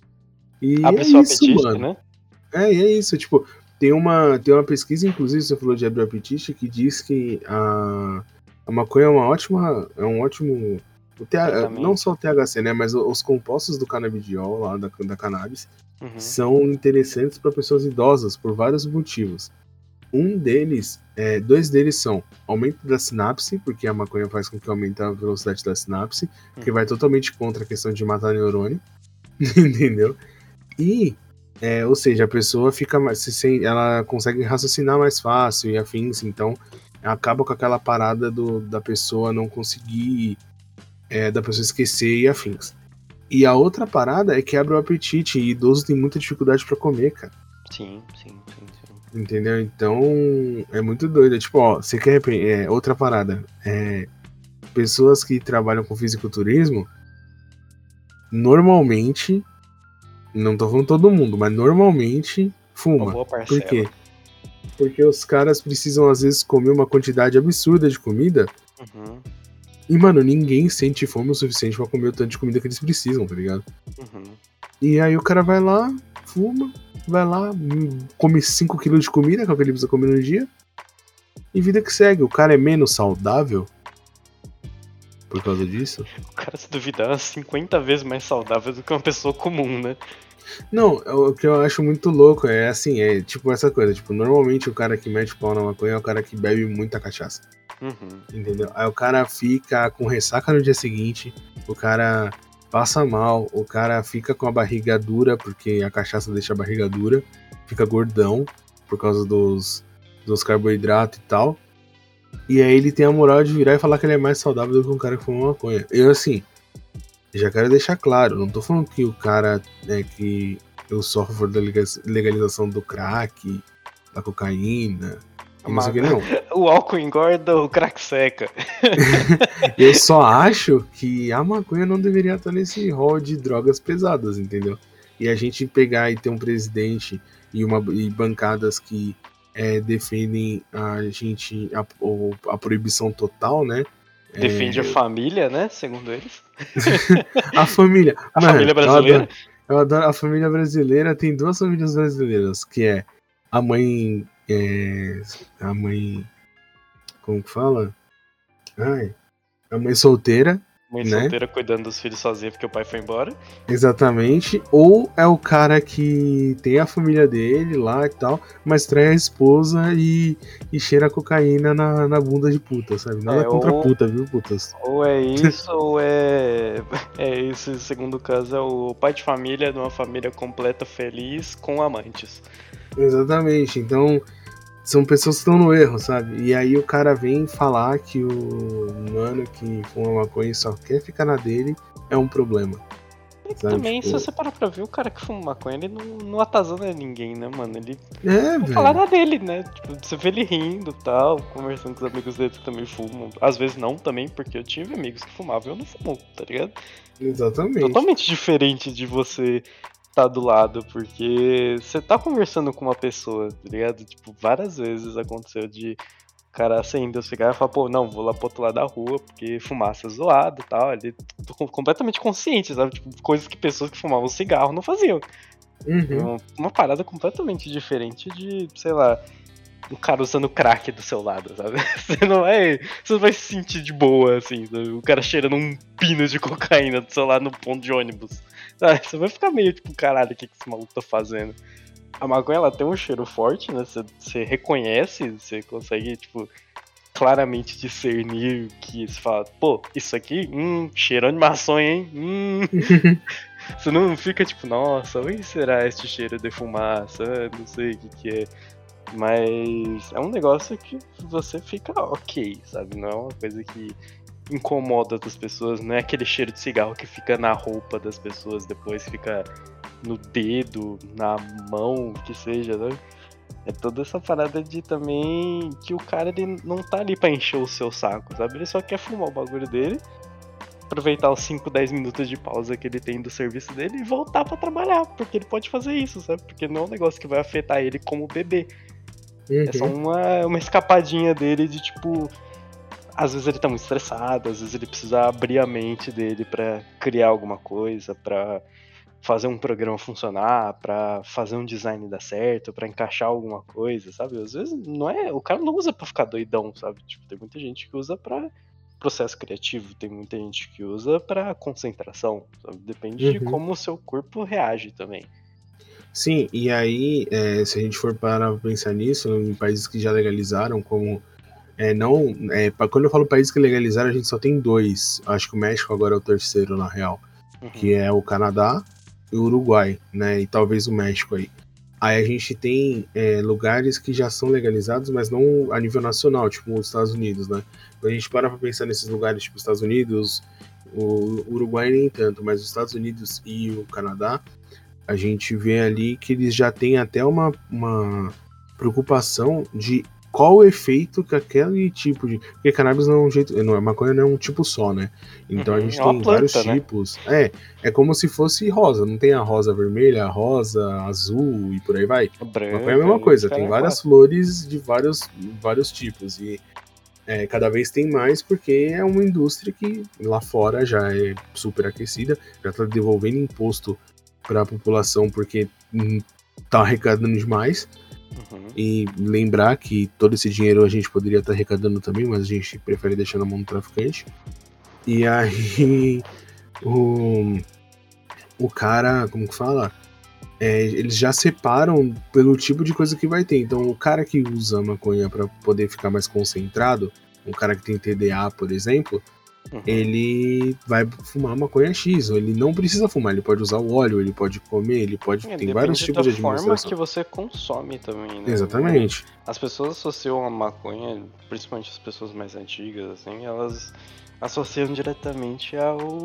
E Abre é seu isso, apetite, mano. né? É, e é isso. Tipo, tem uma, tem uma pesquisa, inclusive, você falou de abrir o apetite, que diz que a, a maconha é uma ótima, é um ótimo, o T H, não Tratamento. só o T H C, né, mas os compostos do canabidiol lá da, da cannabis Uhum. são interessantes para pessoas idosas por vários motivos. Um deles, é, dois deles são aumento da sinapse, porque a maconha faz com que aumente a velocidade da sinapse, que vai Uhum. totalmente contra a questão de matar neurônio, entendeu? E, é, ou seja, a pessoa fica mais, se sem, ela consegue raciocinar mais fácil e afins, então acaba com aquela parada do, da pessoa não conseguir, é, da pessoa esquecer e afins. E a outra parada é que abre o apetite e idoso tem muita dificuldade para comer, cara. Sim, sim, sim, sim. Entendeu? Então é muito doido. É tipo, ó, você quer é, outra parada? É, pessoas que trabalham com fisiculturismo, normalmente, não tô falando todo mundo, mas normalmente Uma fuma. boa Por parcela. quê? Porque os caras precisam, às vezes, comer uma quantidade absurda de comida. Uhum. E, mano, ninguém sente fome o suficiente pra comer o tanto de comida que eles precisam, tá ligado? Uhum. E aí o cara vai lá, fuma, vai lá, hum, come cinco quilos de comida, que é o que ele precisa comer no dia. E vida que segue. O cara é menos saudável por causa disso? O cara, se duvidar, é cinquenta vezes mais saudável do que uma pessoa comum, né? Não, o que eu acho muito louco é assim, é tipo essa coisa, tipo, normalmente o cara que mete o pau na maconha é o cara que bebe muita cachaça. Uhum. Entendeu? Aí o cara fica com ressaca no dia seguinte, o cara passa mal, o cara fica com a barriga dura, porque a cachaça deixa a barriga dura, fica gordão por causa dos, dos carboidratos e tal. E aí ele tem a moral de virar e falar que ele é mais saudável do que um cara que fuma maconha. Eu, assim, já quero deixar claro, não tô falando que o cara, né, que eu sou a favor da legalização do crack, da cocaína, E não sei o que não. O álcool engorda, o crack seca. Eu só acho que a maconha não deveria estar nesse rol de drogas pesadas, entendeu? E a gente pegar e ter um presidente e, uma, e bancadas que é, defendem a gente a, a proibição total, né? Defende é... a família, né? Segundo eles. A família. A Mano, família brasileira. Eu adoro, eu adoro a família brasileira. Tem duas famílias brasileiras, que é a mãe. É, a mãe. Como que fala? Ai, a mãe solteira. Mãe né? solteira cuidando dos filhos sozinha porque o pai foi embora. Exatamente. Ou é o cara que tem a família dele lá e tal, mas trai a esposa e, e cheira cocaína na, na bunda de puta, sabe? Nada É, contra ou- puta, viu, putas? Ou é isso, ou é. É isso, segundo caso, é o pai de família de uma família completa, feliz, com amantes. Exatamente. Então, são pessoas que estão no erro, sabe? E aí o cara vem falar que o mano que fuma maconha e só quer ficar na dele é um problema. E Sabe, também, tipo- se você parar pra ver, o cara que fuma maconha, ele não, não atazana ninguém, né, mano? Ele É, não fala velho. nada dele, né? Tipo, você vê ele rindo e tal, conversando com os amigos dele que também fumam. Às vezes não também, porque eu tive amigos que fumavam e eu não fumo, tá ligado? Exatamente. Totalmente diferente de você tá do lado, porque você tá conversando com uma pessoa, tá ligado? Tipo, várias vezes aconteceu de o cara acender o cigarro e falar, pô, não, vou lá pro outro lado da rua, porque fumaça é zoado e tal. Ele tô com- completamente consciente, sabe? Tipo, coisas que pessoas que fumavam cigarro não faziam. Uhum. Uma, uma parada completamente diferente de, sei lá, um cara usando crack do seu lado, sabe? Você não vai, você não vai se sentir de boa, assim, sabe? O cara cheirando um pino de cocaína do seu lado no ponto de ônibus. Sabe? Você vai ficar meio tipo, caralho, o que, que esse maluco tá fazendo? A maconha, ela tem um cheiro forte, né? Você, você reconhece, você consegue, tipo, claramente discernir que você fala, pô, isso aqui, hum, cheirando de maçonha, hein? Hum. Você não fica tipo, nossa, o que será este cheiro de fumaça? Ah, não sei o que que é. Mas é um negócio que você fica ok, sabe? Não é uma coisa que incomoda as pessoas, não é aquele cheiro de cigarro que fica na roupa das pessoas, depois fica no dedo, na mão, que seja, né? É toda essa parada de também que o cara ele não tá ali pra encher o seu saco, sabe? Ele só quer fumar o bagulho dele, aproveitar os cinco, dez minutos de pausa que ele tem do serviço dele e voltar pra trabalhar, porque ele pode fazer isso, sabe? Porque não é um negócio que vai afetar ele como bebê. Uhum. É só uma, uma escapadinha dele de tipo. Às vezes ele tá muito estressado, às vezes ele precisa abrir a mente dele pra criar alguma coisa, pra fazer um programa funcionar, pra fazer um design dar certo, pra encaixar alguma coisa, sabe? Às vezes não é, o cara não usa pra ficar doidão, sabe? Tipo, tem muita gente que usa pra processo criativo, tem muita gente que usa pra concentração, sabe? Depende de Uhum. como o seu corpo reage também. Sim, e aí, é, se a gente for parar pra pensar nisso, em países que já legalizaram, como. É, não, é, pra- quando eu falo países que legalizaram, a gente só tem dois. Acho que o México agora é o terceiro, na real. Uhum. Que é o Canadá e o Uruguai, né? E talvez o México aí. Aí a gente tem é, lugares que já são legalizados, mas não a nível nacional, tipo os Estados Unidos, né? Quando a gente para pra pensar nesses lugares, tipo os Estados Unidos, o Uruguai nem tanto, mas os Estados Unidos e o Canadá, a gente vê ali que eles já têm até uma, uma preocupação de qual o efeito que aquele tipo de. Porque cannabis não é um jeito. Não, a maconha não é um tipo só, né? Então Uhum, a gente é uma tem planta, vários né? tipos. É, é como se fosse rosa. Não tem a rosa vermelha, a rosa, azul e por aí vai. Branca, Maconha é a mesma coisa, tem cara, várias quatro. flores de vários, vários tipos. E é, cada vez tem mais porque é uma indústria que lá fora já é super aquecida, já está devolvendo imposto para a população porque hum, tá arrecadando demais. Uhum. E lembrar que todo esse dinheiro a gente poderia estar arrecadando também, mas a gente prefere deixar na mão do traficante. E aí o, o cara, como que fala? É, eles já separam pelo tipo de coisa que vai ter. Então o cara que usa maconha para poder ficar mais concentrado, um cara que tem T D A, por exemplo, Uhum. ele vai fumar maconha X, ou ele não precisa fumar, ele pode usar o óleo, ele pode comer, ele pode. É, Tem vários depende tipos da de forma administração. que você consome também, né? Exatamente. As pessoas associam a maconha, principalmente as pessoas mais antigas, assim, elas associam diretamente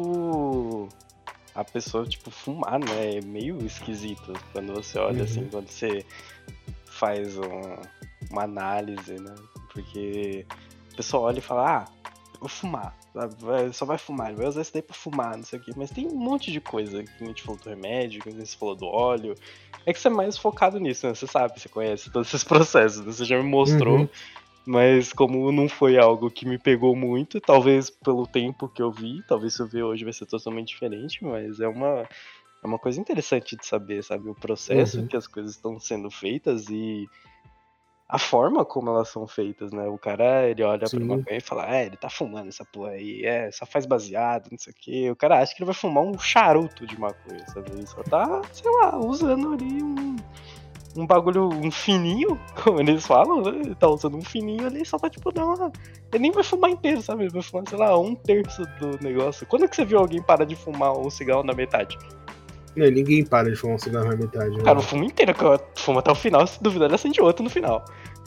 ao a pessoa, tipo, fumar, né? É meio esquisito quando você olha Uhum. assim, quando você faz um, uma análise, né? Porque o pessoal olha e fala, ah, vou fumar, sabe? Vai- só vai fumar, ele vai usar isso daí pra fumar, não sei o quê. Mas tem um monte de coisa, que a gente falou do remédio, que a gente falou do óleo. É que você é mais focado nisso, né? Você sabe, você conhece todos esses processos, né? Você já me mostrou, Uhum. mas como não foi algo que me pegou muito, talvez pelo tempo que eu vi, talvez se eu ver hoje vai ser totalmente diferente, mas é uma, é uma coisa interessante de saber, sabe? O processo Uhum. que as coisas estão sendo feitas e a forma como elas são feitas, né? O cara, ele olha pra Sim. maconha e fala, é, ele tá fumando essa porra aí, é, só faz baseado, não sei o quê. O cara acha que ele vai fumar um charuto de maconha, sabe? Ele só tá, sei lá, usando ali um, um bagulho, um fininho, como eles falam, né? Ele tá usando um fininho ali, só tá tipo, não, ele nem vai fumar inteiro, sabe? Ele vai fumar, sei lá, um terço do negócio. Quando é que você viu alguém parar de fumar um cigarro na metade? Não, ninguém para de fumar um cigarro na metade, O cara não velho. fuma inteiro, o cara fuma até o final, se duvidar ele acende outro no final.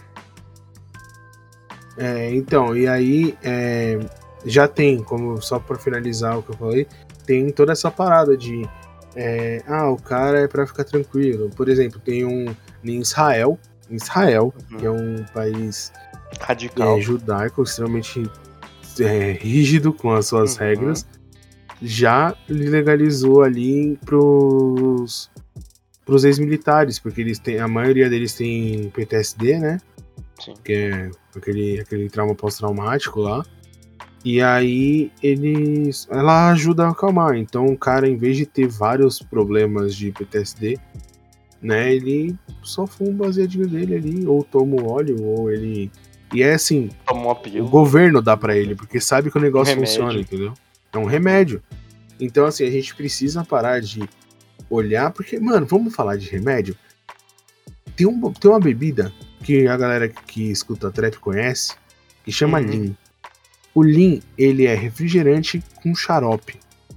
É, então, e aí é, já tem, como só por finalizar o que eu falei, tem toda essa parada de é, ah, o cara é pra ficar tranquilo. Por exemplo, tem um em Israel, Israel, que é Uhum. um país é, Radical. judaico extremamente é, rígido com as suas Uhum. regras, já legalizou ali pros, pros ex-militares, porque eles têm, a maioria deles tem P T S D, né? Sim. Que é aquele, aquele trauma pós-traumático lá. E aí eles. Ela ajuda a acalmar. Então o cara, em vez de ter vários problemas de P T S D, né? Ele só fuma um baseadinho dele ali, ou toma o óleo, ou ele. E é assim, Toma uma o pílula, governo dá pra ele, porque sabe que o um negócio funciona, remédio. entendeu? É um Uhum. remédio. Então, assim, a gente precisa parar de olhar, porque, mano, vamos falar de remédio? Tem, um, tem uma bebida que a galera que escuta trap conhece, que chama Uhum. Lean. O Lean, ele é refrigerante com xarope.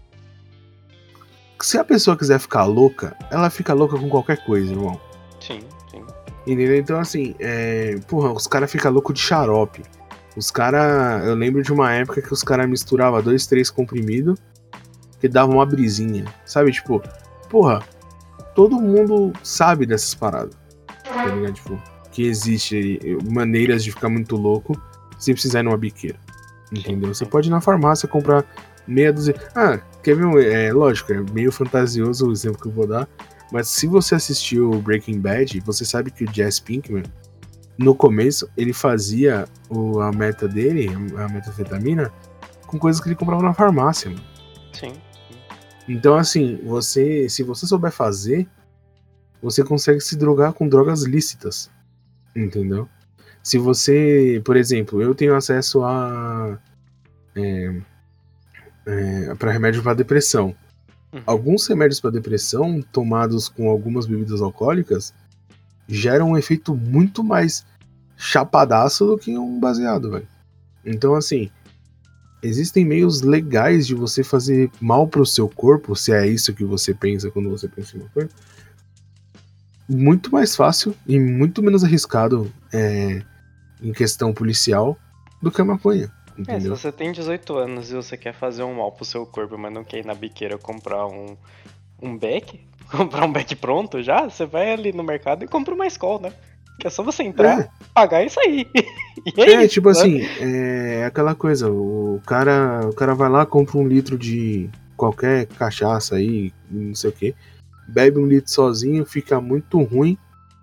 Se a pessoa quiser ficar louca, ela fica louca com qualquer coisa, irmão. Sim, sim. Entendeu? Então, assim, é... porra, os caras ficam loucos de xarope. Os caras. Eu lembro de uma época que os caras misturavam dois, três comprimidos que davam uma brisinha. Sabe? Tipo, porra, todo mundo sabe dessas paradas. Tá ligado? Tipo, que existe maneiras de ficar muito louco sem precisar ir numa biqueira. Sim, Entendeu? Você sim. pode ir na farmácia comprar meia dúzia. Ah, quer ver? Um... É lógico, é meio fantasioso o exemplo que eu vou dar. Mas se você assistiu Breaking Bad, você sabe que o Jesse Pinkman, no começo, ele fazia o, a meta dele, a metanfetamina, com coisas que ele comprava na farmácia. Mano. Sim, sim. Então, assim, você, se você souber fazer, você consegue se drogar com drogas lícitas. Entendeu? Se você, por exemplo, eu tenho acesso a. É, é, para remédio para depressão. Uhum. Alguns remédios para depressão, tomados com algumas bebidas alcoólicas, geram um efeito muito mais chapadaço do que um baseado, velho. Então, assim, existem meios legais de você fazer mal pro seu corpo, se é isso que você pensa quando você pensa em uma coisa, muito mais fácil e muito menos arriscado é, em questão policial do que a maconha, É, se entendeu? você tem dezoito anos e você quer fazer um mal pro seu corpo, mas não quer ir na biqueira comprar um, um beck, comprar um beck pronto já, você vai ali no mercado e compra uma Skol, né? Que é só você entrar, É, pagar e sair. E é é isso, tipo né? assim, é aquela coisa, o cara, o cara vai lá, compra um litro de qualquer cachaça aí, não sei o que, bebe um litro sozinho, fica muito ruim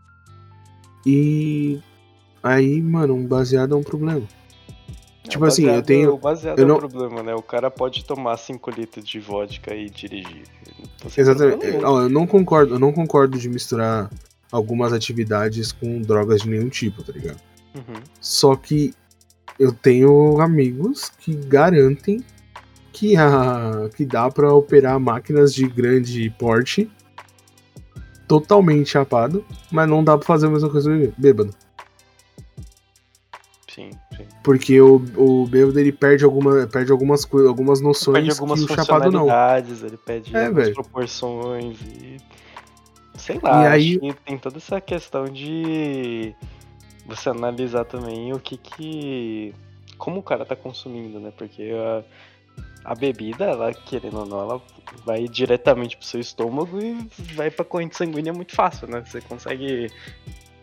e aí, mano, um baseado é um problema. É, o Tipo assim, eu baseado, tenho, o baseado eu é o não, problema, né? O cara pode tomar cinco litros de vodka e dirigir. Sem problema exatamente, é, nenhum. ó, eu não concordo, eu não concordo de misturar algumas atividades com drogas de nenhum tipo, tá ligado? Uhum. Só que eu tenho amigos que garantem que, a, que dá pra operar máquinas de grande porte totalmente chapado, mas não dá pra fazer a mesma coisa bêbado. Sim, sim. Porque o, o bêbado ele perde, alguma, perde algumas, coi- algumas Ele pede noções que algumas o chapado não. funcionalidades, ele pede É, algumas velho. proporções e. Sei E lá, acho aí. que tem toda essa questão de você analisar também o que que. Como o cara tá consumindo, né? Porque a, a bebida, ela, querendo ou não, ela vai diretamente pro seu estômago e vai pra corrente sanguínea muito fácil, né? Você consegue.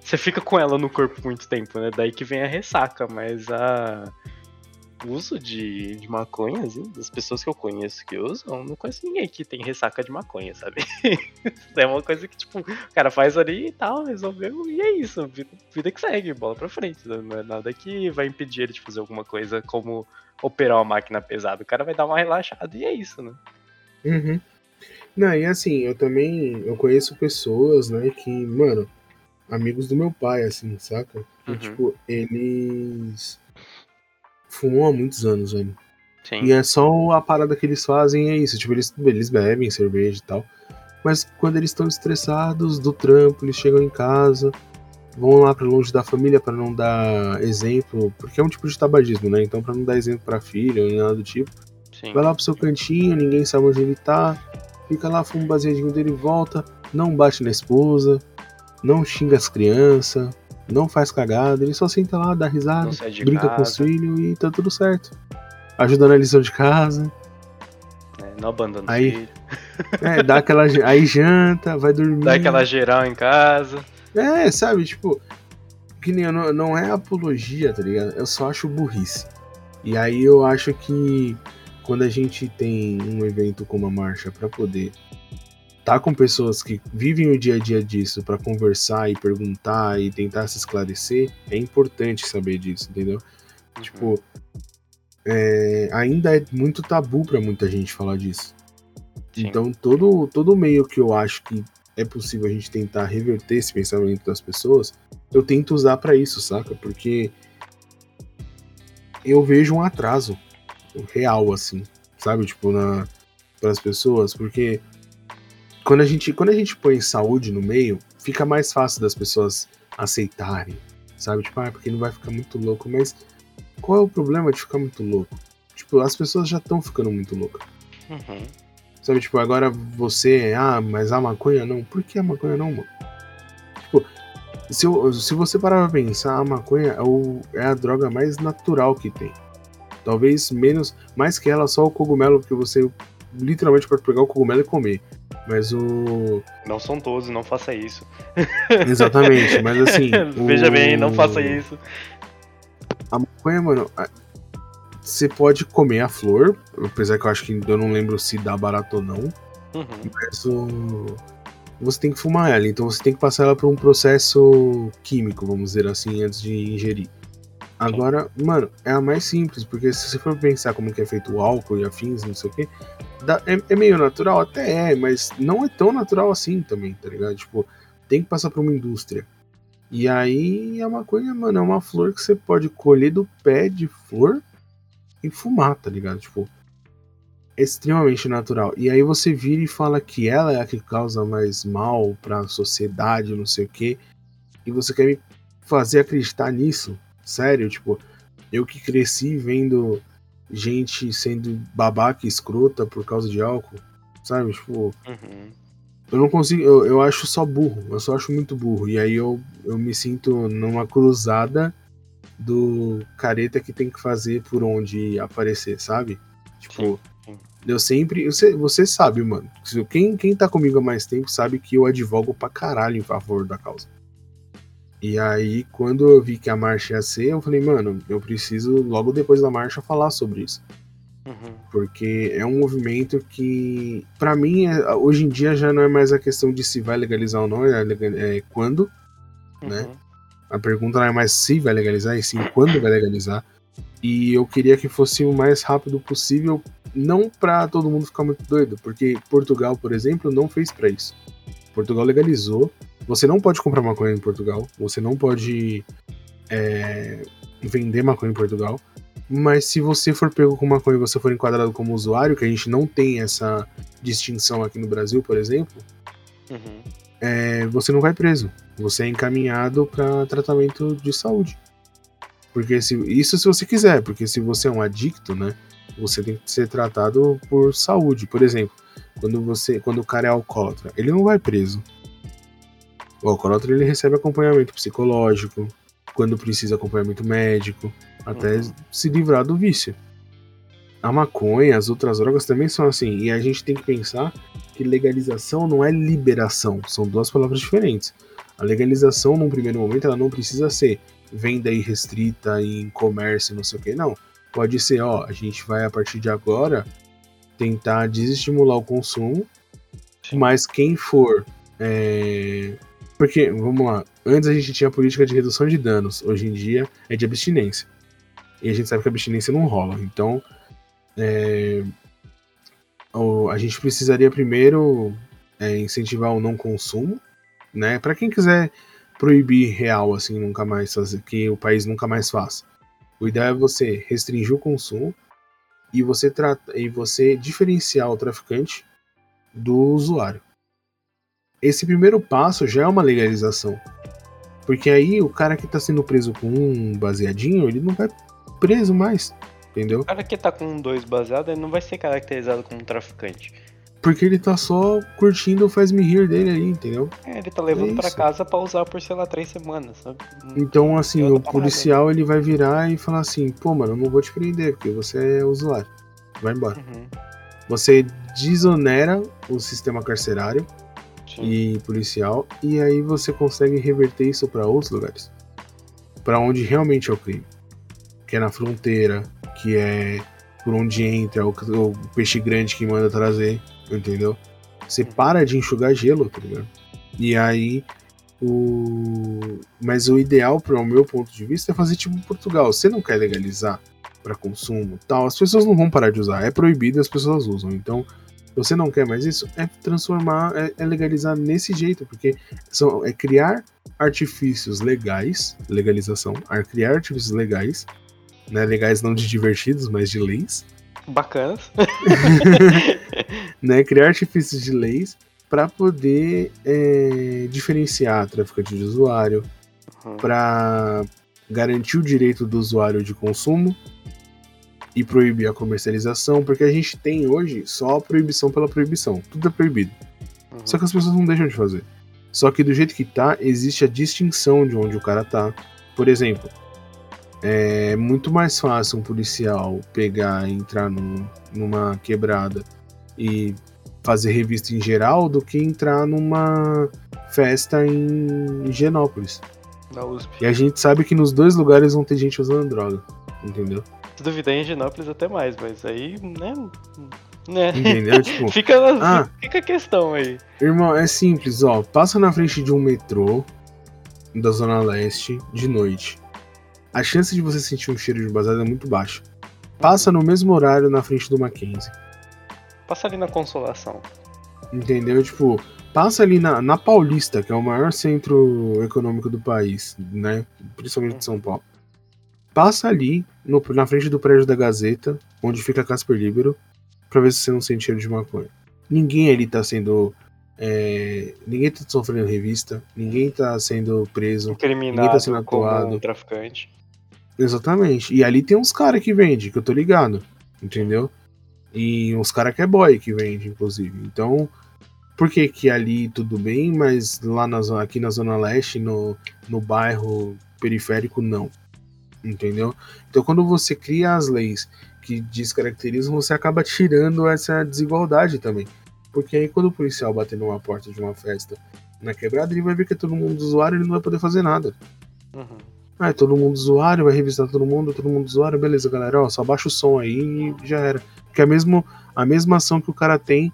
você fica com ela no corpo muito tempo, né? Daí que vem a ressaca, mas a... o uso de, de maconha, assim, das pessoas que eu conheço que usam, não conheço ninguém que tem ressaca de maconha, sabe? É uma coisa que, tipo, o cara faz ali e tal, resolveu, e é isso, vida, vida que segue, bola pra frente. Não é nada que vai impedir ele de fazer alguma coisa como operar uma máquina pesada. O cara vai dar uma relaxada e é isso, né? Uhum. Não, e assim, eu também, eu conheço pessoas, né, que, mano, amigos do meu pai, assim, saca? Que, Uhum. tipo, eles fumam há muitos anos, velho. Sim. E é só a parada que eles fazem, é isso, tipo, eles, eles bebem cerveja e tal. Mas quando eles estão estressados do trampo, eles chegam em casa, vão lá pra longe da família pra não dar exemplo, porque é um tipo de tabagismo, né? Então pra não dar exemplo pra filha ou nada do tipo, Sim. vai lá pro seu cantinho, ninguém sabe onde ele tá, fica lá, fuma um baseadinho dele e volta, não bate na esposa, não xinga as crianças, não faz cagada, ele só senta lá, dá risada, brinca casa. com os filhos e tá tudo certo. Ajuda na lição de casa. É, não abandona aí, os filhos. É, dá aquela. Aí janta, vai dormir. Dá aquela geral em casa. É, sabe, tipo. Que nem, não, não é apologia, tá ligado? Eu só acho burrice. E aí eu acho que quando a gente tem um evento como a marcha pra poder tá com pessoas que vivem o dia a dia disso pra conversar e perguntar e tentar se esclarecer, é importante saber disso, entendeu? Uhum. Tipo, é, ainda é muito tabu pra muita gente falar disso. Sim. Então todo, todo meio que eu acho que é possível a gente tentar reverter esse pensamento das pessoas, eu tento usar pra isso, saca? Porque eu vejo um atraso real, assim, sabe? Tipo, na, pras pessoas, porque quando a, gente, quando a gente põe saúde no meio, fica mais fácil das pessoas aceitarem, sabe? Tipo, ah, porque não vai ficar muito louco, mas qual é o problema de ficar muito louco? Tipo, as pessoas já estão ficando muito loucas. Uhum. Sabe, tipo, agora você, ah, mas a maconha não. Por que a maconha não, mano? Tipo, se, eu, se você parar pra pensar, a maconha é, o, é a droga mais natural que tem. Talvez menos, mais que ela, só o cogumelo, porque você literalmente pode pegar o cogumelo e comer. Mas o... Não são todos, não faça isso. Exatamente, mas assim... Veja o... bem, não faça isso. A maconha, mano... Você pode comer a flor, apesar que eu acho que eu não lembro se dá barato ou não. Uhum. Mas o... você tem que fumar ela, então você tem que passar ela por um processo químico, vamos dizer assim, antes de ingerir. Agora, sim, mano, é a mais simples, porque se você for pensar como que é feito o álcool e afins, não sei o que, é, é meio natural, até é, mas não é tão natural assim também, tá ligado? Tipo, tem que passar por uma indústria. E aí a maconha, mano, é uma flor que você pode colher do pé de flor e fumar, tá ligado? Tipo, é extremamente natural. E aí você vira e fala que ela é a que causa mais mal pra sociedade, não sei o que, e você quer me fazer acreditar nisso? Sério, tipo, eu que cresci vendo gente sendo babaca e escrota por causa de álcool, sabe? Tipo, uhum. eu não consigo, eu, eu acho só burro, eu só acho muito burro. E aí eu, eu me sinto numa cruzada do careta que tem que fazer por onde aparecer, sabe? Tipo, sim, sim. Eu sempre, você, você sabe, mano, quem, quem tá comigo há mais tempo sabe que eu advogo pra caralho em favor da causa. E aí, quando eu vi que a marcha ia ser, eu falei, mano, eu preciso, logo depois da marcha, falar sobre isso. Uhum. Porque é um movimento que, pra mim, é, hoje em dia já não é mais a questão de se vai legalizar ou não, é, é quando, uhum, né? A pergunta não é mais se vai legalizar, e sim quando vai legalizar. E eu queria que fosse o mais rápido possível, não pra todo mundo ficar muito doido, porque Portugal, por exemplo, não fez pra isso. Portugal legalizou. Você não pode comprar maconha em Portugal. Você não pode é, vender maconha em Portugal. Mas se você for pego com maconha e você for enquadrado como usuário, que a gente não tem essa distinção aqui no Brasil, por exemplo, uhum, é, você não vai preso. Você é encaminhado para tratamento de saúde. Porque se, isso se você quiser, porque se você é um adicto, né, você tem que ser tratado por saúde. Por exemplo, quando, você, quando o cara é alcoólatra, ele não vai preso. O alcoólatra, ele recebe acompanhamento psicológico, quando precisa acompanhamento médico, até uhum, se livrar do vício. A maconha, as outras drogas também são assim, e a gente tem que pensar que legalização não é liberação, são duas palavras diferentes. A legalização, num primeiro momento, ela não precisa ser venda irrestrita em comércio, não sei o que, não. Pode ser, ó, a gente vai, a partir de agora, tentar desestimular o consumo, Sim. mas quem for... É... Porque, vamos lá, antes a gente tinha a política de redução de danos, hoje em dia é de abstinência. E a gente sabe que a abstinência não rola, então... É... A gente precisaria primeiro é, incentivar o não consumo, né? Para quem quiser proibir real, assim, nunca mais fazer, que o país nunca mais faça. O ideal é você restringir o consumo e você, trata, e você diferenciar o traficante do usuário. Esse primeiro passo já é uma legalização. Porque aí o cara que tá sendo preso com um baseadinho, ele não vai preso mais, entendeu? O cara que tá com dois baseados, ele não vai ser caracterizado como um traficante. Porque ele tá só curtindo o faz-me rir dele aí, entendeu? É, ele tá levando é pra casa pra usar por, sei lá, três semanas, sabe? Então, assim, o policial, ele vai virar e falar assim, pô, mano, eu não vou te prender, porque você é usuário. Vai embora. Uhum. Você desonera o sistema carcerário Sim. e policial, e aí você consegue reverter isso pra outros lugares. Pra onde realmente é o crime. Que é na fronteira, que é por onde entra o, o peixe grande que manda trazer, entendeu? Você para de enxugar gelo, tá ligado? E aí, o... Mas o ideal, pro meu ponto de vista, é fazer tipo Portugal. Você não quer legalizar para consumo tal, as pessoas não vão parar de usar. É proibido e as pessoas usam. Então, você não quer mais isso, é transformar, é, é legalizar nesse jeito, porque são, é criar artifícios legais, legalização, é criar artifícios legais, né, legais não de divertidos, mas de leis. Bacanas. Né, criar artifícios de leis para poder é, diferenciar traficante de usuário, uhum. para garantir o direito do usuário de consumo e proibir a comercialização, porque a gente tem hoje só a proibição pela proibição, tudo é proibido. Uhum. Só que as pessoas não deixam de fazer. Só que do jeito que tá, existe a distinção de onde o cara tá. Por exemplo, é muito mais fácil um policial pegar e entrar num, numa quebrada e fazer revista em geral do que entrar numa festa em Higienópolis. Na U S P. E a gente sabe que nos dois lugares vão ter gente usando droga, entendeu? Se duvidar, em Higienópolis até mais, mas aí, né... né? Entendeu? Tipo, fica, ah, fica a questão aí. Irmão, é simples, ó. Passa na frente de um metrô da Zona Leste de noite. A chance de você sentir um cheiro de baseado é muito baixa. Passa no mesmo horário na frente do Mackenzie. Passa ali na Consolação. Entendeu? Tipo, passa ali na, na Paulista, que é o maior centro econômico do país, né? Principalmente de São Paulo. Passa ali, no, na frente do prédio da Gazeta, onde fica a Casper Libero, pra ver se você não sente cheiro de maconha. Ninguém ali tá sendo... É, ninguém tá sofrendo revista, ninguém tá sendo preso, incriminado, ninguém tá sendo atuado. Como um traficante. Exatamente. E ali tem uns caras que vendem, que eu tô ligado, entendeu? E uns caras que é boy que vende, inclusive. Então, por que que ali tudo bem, mas lá na zona, aqui na Zona Leste, no, no bairro periférico, não? Entendeu? Então, quando você cria as leis que descaracterizam, você acaba tirando essa desigualdade também. Porque aí, quando o policial bater numa porta de uma festa na quebrada, ele vai ver que é todo mundo usuário e ele não vai poder fazer nada. Uhum. Ah, é todo mundo usuário, vai revistar todo mundo, todo mundo usuário, beleza, galera, ó, só baixa o som aí e já era. Que é a, mesmo, a mesma ação que o cara tem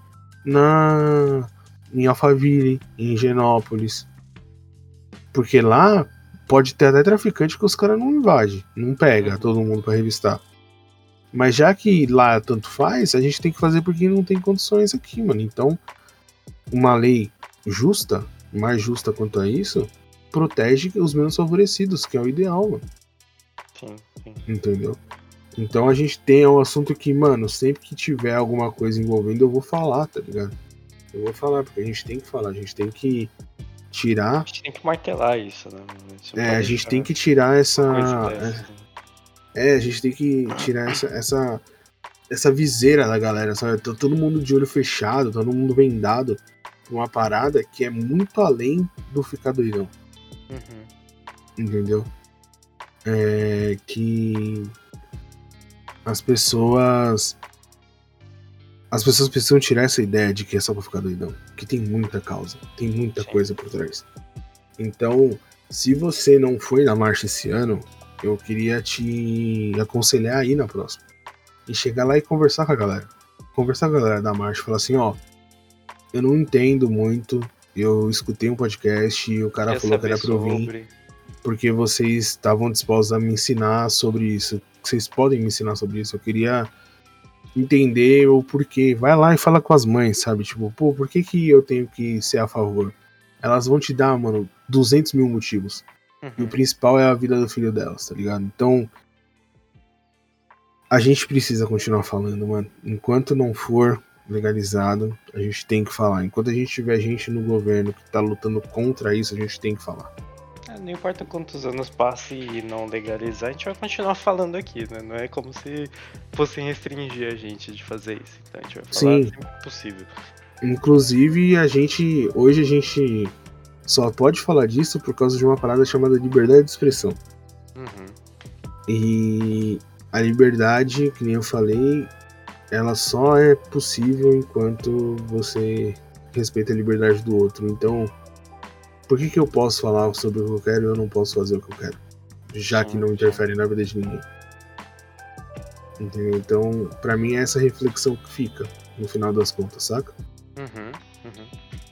na em Alphaville, em Higienópolis. Porque lá pode ter até traficante que os caras não invadem, não pega todo mundo pra revistar. Mas já que lá tanto faz, a gente tem que fazer porque não tem condições aqui, mano. Então, uma lei justa, mais justa quanto a isso, protege os menos favorecidos, que é o ideal, mano. Sim, sim. Entendeu? Então a gente tem um assunto que, mano, sempre que tiver alguma coisa envolvendo, eu vou falar, tá ligado? Eu vou falar, porque a gente tem que falar, a gente tem que tirar... A gente tem que martelar isso, né? Isso é, a gente tem que tirar essa... Dessa, é, é, a gente tem que tirar essa, essa, essa viseira da galera, sabe? Tá todo mundo de olho fechado, todo mundo vendado pra uma parada que é muito além do ficar doidão. Uhum. Entendeu? É que as pessoas as pessoas precisam tirar essa ideia de que é só pra ficar doidão, que tem muita causa, tem muita Sim. coisa por trás, Então, se você não foi na marcha esse ano, eu queria te aconselhar aí na próxima. E chegar lá e conversar com a galera. Conversar com a galera da marcha, falar assim, ó, eu não entendo muito, eu escutei um podcast e o cara Quer falou que era saber pra eu vir, sobre. porque vocês estavam dispostos a me ensinar sobre isso. Vocês podem me ensinar sobre isso, eu queria entender o porquê. Vai lá e fala com as mães, sabe? Tipo, pô, por que que eu tenho que ser a favor? Elas vão te dar, mano, duzentos mil motivos. E o Uhum. principal é a vida do filho delas, tá ligado? Então, a gente precisa continuar falando, mano. Enquanto não for legalizado, a gente tem que falar. Enquanto a gente tiver gente no governo que tá lutando contra isso, a gente tem que falar. É, não importa quantos anos passe e não legalizar, a gente vai continuar falando aqui, né? Não é como se fossem restringir a gente de fazer isso. Então a gente vai falar Sim. sempre que possível. Inclusive, a gente. Hoje a gente só pode falar disso por causa de uma parada chamada liberdade de expressão. Uhum. E a liberdade, que nem eu falei, ela só é possível enquanto você respeita a liberdade do outro. Então, por que que eu posso falar sobre o que eu quero e eu não posso fazer o que eu quero? Já que não interfere na vida de ninguém. Entendeu? Então, pra mim é essa reflexão que fica no final das contas, saca? Uhum. Uhum.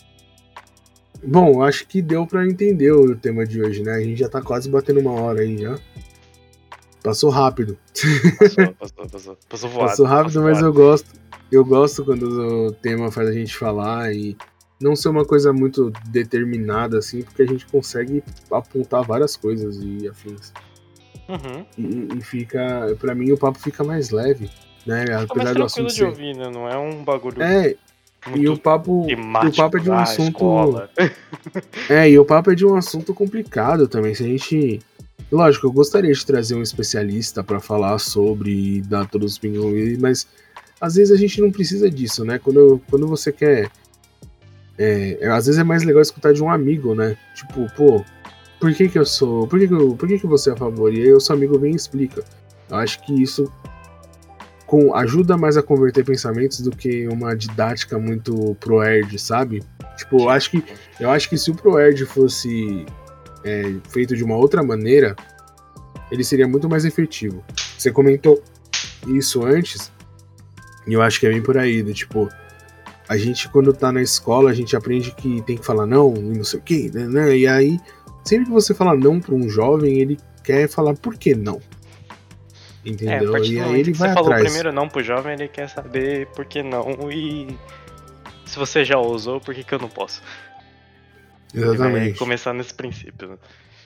Bom, acho que deu pra entender o tema de hoje, né? A gente já tá quase batendo uma hora aí já. Passou rápido. Passou, passou, passou. Passou voado. Passou rápido, passou mas voado. eu gosto. Eu gosto quando o tema faz a gente falar e não ser uma coisa muito determinada, assim, porque a gente consegue apontar várias coisas e afins. Uhum. E, e fica. Pra mim o papo fica mais leve, né? Fica mais Apesar do assunto tranquilo de ser. ouvir, né? Não é um bagulho É, e o muito papo. E o temático papo é de um da assunto. escola. É, e o papo é de um assunto complicado também. Se a gente. Lógico, eu gostaria de trazer um especialista pra falar sobre e dar todos os pingos, mas às vezes a gente não precisa disso, né? Quando, quando você quer. É, é, às vezes é mais legal escutar de um amigo, né? Tipo, pô, por que que eu sou. Por que que, eu, por que que você é a favor? E aí o seu amigo vem e explica. Eu acho que isso com, ajuda mais a converter pensamentos do que uma didática muito pro-erd, sabe? Tipo, eu acho que, eu acho que se o pro-erd fosse é, feito de uma outra maneira, ele seria muito mais efetivo. Você comentou isso antes, e eu acho que é bem por aí, do tipo, a gente quando tá na escola, a gente aprende que tem que falar não, e não sei o que, né, né? E aí, sempre que você fala não pra um jovem, ele quer falar por que não. Entendeu? É, a partir E do aí momento ele que vai você falou atrás. primeiro não pro jovem, ele quer saber por que não e se você já usou, por que que eu não posso? Ele vai Exatamente. começar nesse princípio, né?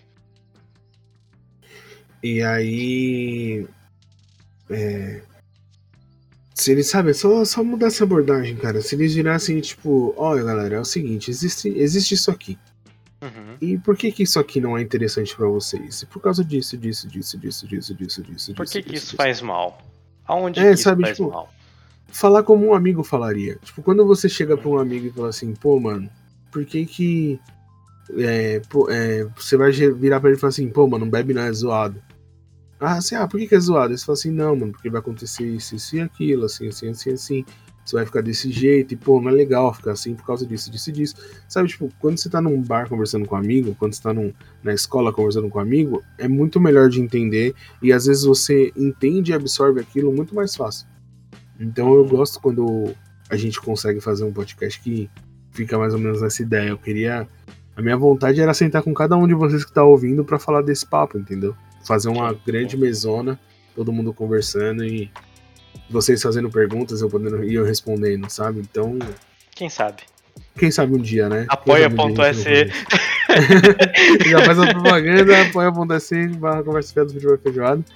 E aí. É, se eles, sabe, só, só mudar essa abordagem, cara. Se eles virassem, tipo, olha, galera, é o seguinte, existe, existe isso aqui. Uhum. E por que que isso aqui não é interessante pra vocês? E por causa disso, disso, disso, disso, disso, disso, disso, Por que disso, que disso, isso disso. faz mal? Aonde É, que isso sabe, faz tipo, mal? falar como um amigo falaria. Tipo, quando você chega pra um amigo e fala assim, pô, mano, por que que. É, pô, é, você vai virar pra ele e falar assim, pô, mano, não bebe não, é zoado. Ah, assim, ah, por que que é zoado? Aí você fala assim, não, mano, porque vai acontecer isso, isso e aquilo, assim, assim, assim, assim. Você vai ficar desse jeito e, pô, não é legal ficar assim por causa disso, disso e disso. Sabe, tipo, quando você tá num bar conversando com um amigo, quando você tá num, na escola conversando com um amigo, é muito melhor de entender e às vezes você entende e absorve aquilo muito mais fácil. Então eu gosto quando a gente consegue fazer um podcast que fica mais ou menos nessa ideia. Eu queria... A minha vontade era sentar com cada um de vocês que tá ouvindo pra falar desse papo, entendeu? Fazer uma Sim, grande sim. mesona, todo mundo conversando e vocês fazendo perguntas, eu podendo e eu respondendo, sabe? Então, Quem sabe? quem sabe um dia, né? Apoia.se. Já faz a propaganda, apoia.se barra conversa fiada do futebol feijoada.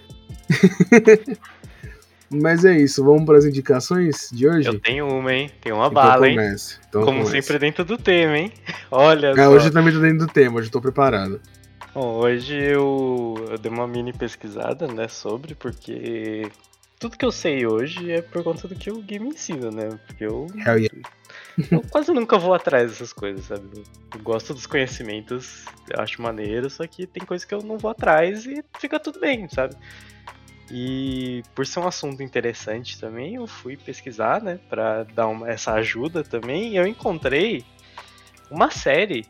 Mas é isso, vamos para as indicações de hoje? Eu tenho uma, hein? Tem uma então bala, hein? comece. Então Como comece. sempre dentro do tema, hein? Olha Ah, só. hoje eu também tô dentro do tema, hoje eu tô preparado. Bom, hoje eu, eu dei uma mini pesquisada, né, sobre, porque tudo que eu sei hoje é por conta do que o game ensina, né? Porque eu, Hell yeah. eu quase nunca vou atrás dessas coisas, sabe? Eu, eu gosto dos conhecimentos, eu acho maneiro, só que tem coisa que eu não vou atrás e fica tudo bem, sabe? E por ser um assunto interessante também, eu fui pesquisar, né, pra dar uma, essa ajuda também, e eu encontrei uma série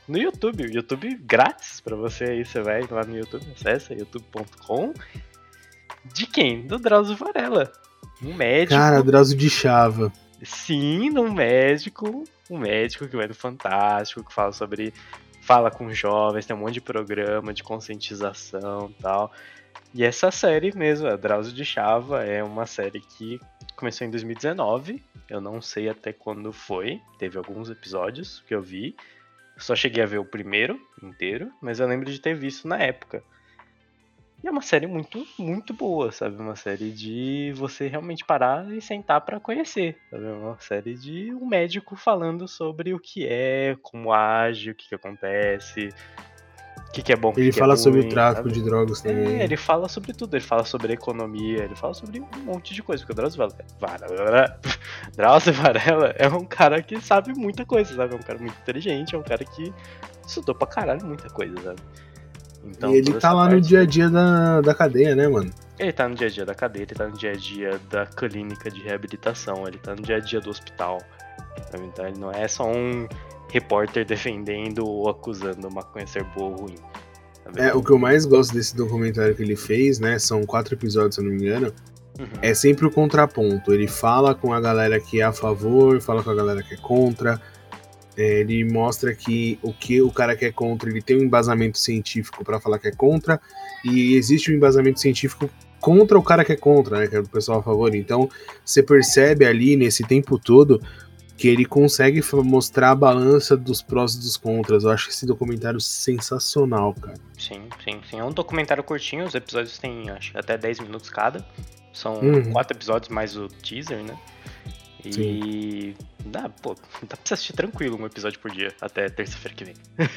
no YouTube. YouTube grátis pra você aí. Você vai lá no YouTube, acessa youtube ponto com. De quem? Do Drauzio Varela. Um médico. Cara, Drauzio de Chava. Sim, um médico. Um médico que vai no Fantástico, que fala sobre. Fala com jovens, tem um monte de programa de conscientização e tal. E essa série mesmo, a Drauzio de Chava, é uma série que começou em dois mil e dezenove. Eu não sei até quando foi. Teve alguns episódios que eu vi. Só cheguei a ver o primeiro inteiro, mas eu lembro de ter visto na época. E é uma série muito, muito boa, sabe? Uma série de você realmente parar e sentar pra conhecer, sabe? Uma série de um médico falando sobre o que é, como age, o que, que acontece, o que, que é bom, o que, Ele que fala é sobre ruim, o tráfico sabe? de drogas também. É, ele fala sobre tudo, ele fala sobre economia, ele fala sobre um monte de coisa, porque o Drauzio Varela, Drauzio Varela é um cara que sabe muita coisa, sabe? É um cara muito inteligente, é um cara que estudou pra caralho muita coisa, sabe? Então, e ele tá lá parte... no dia a dia da, da cadeia, né, mano? Ele tá no dia a dia da cadeia, ele tá no dia a dia da clínica de reabilitação, ele tá no dia a dia do hospital. Sabe? Então ele não é só um repórter defendendo ou acusando uma maconha ser boa ou ruim. Sabe? É, o que eu mais gosto desse documentário que ele fez, né, são quatro episódios, se eu não me engano, uhum. É sempre o contraponto. Ele fala com a galera que é a favor, fala com a galera que é contra. É, ele mostra que o que o cara que é contra, ele tem um embasamento científico para falar que é contra, e existe um embasamento científico contra o cara que é contra, né, que é o pessoal a favor. Então você percebe ali nesse tempo todo que ele consegue mostrar a balança dos prós e dos contras. Eu acho esse documentário sensacional, cara. Sim, sim, sim. É um documentário curtinho, os episódios têm acho, até dez minutos cada. São uhum. quatro episódios mais o teaser, né? E dá, pô, dá pra você assistir tranquilo um episódio por dia, até terça-feira que vem.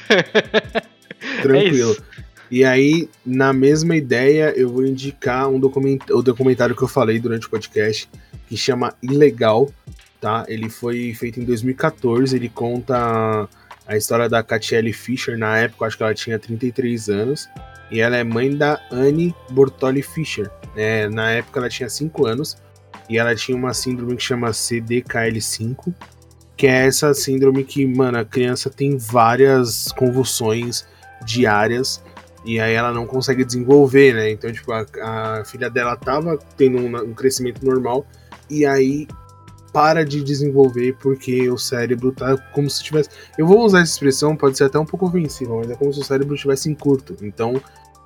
Tranquilo. É e aí, na mesma ideia, eu vou indicar um document... o documentário que eu falei durante o podcast, que chama Ilegal, tá? Ele foi feito em dois mil e catorze, ele conta a história da Catiele Fischer. Na época, eu acho que ela tinha trinta e três anos, e ela é mãe da Anne Bortoli Fischer. É, na época, ela tinha cinco anos, e ela tinha uma síndrome que chama C D K L cinco, que é essa síndrome que, mano, a criança tem várias convulsões diárias, e aí ela não consegue desenvolver, né? Então, tipo, a, a filha dela tava tendo um, um crescimento normal, e aí para de desenvolver porque o cérebro tá como se tivesse... Eu vou usar essa expressão, pode ser até um pouco ofensiva, mas é como se o cérebro estivesse em curto. Então,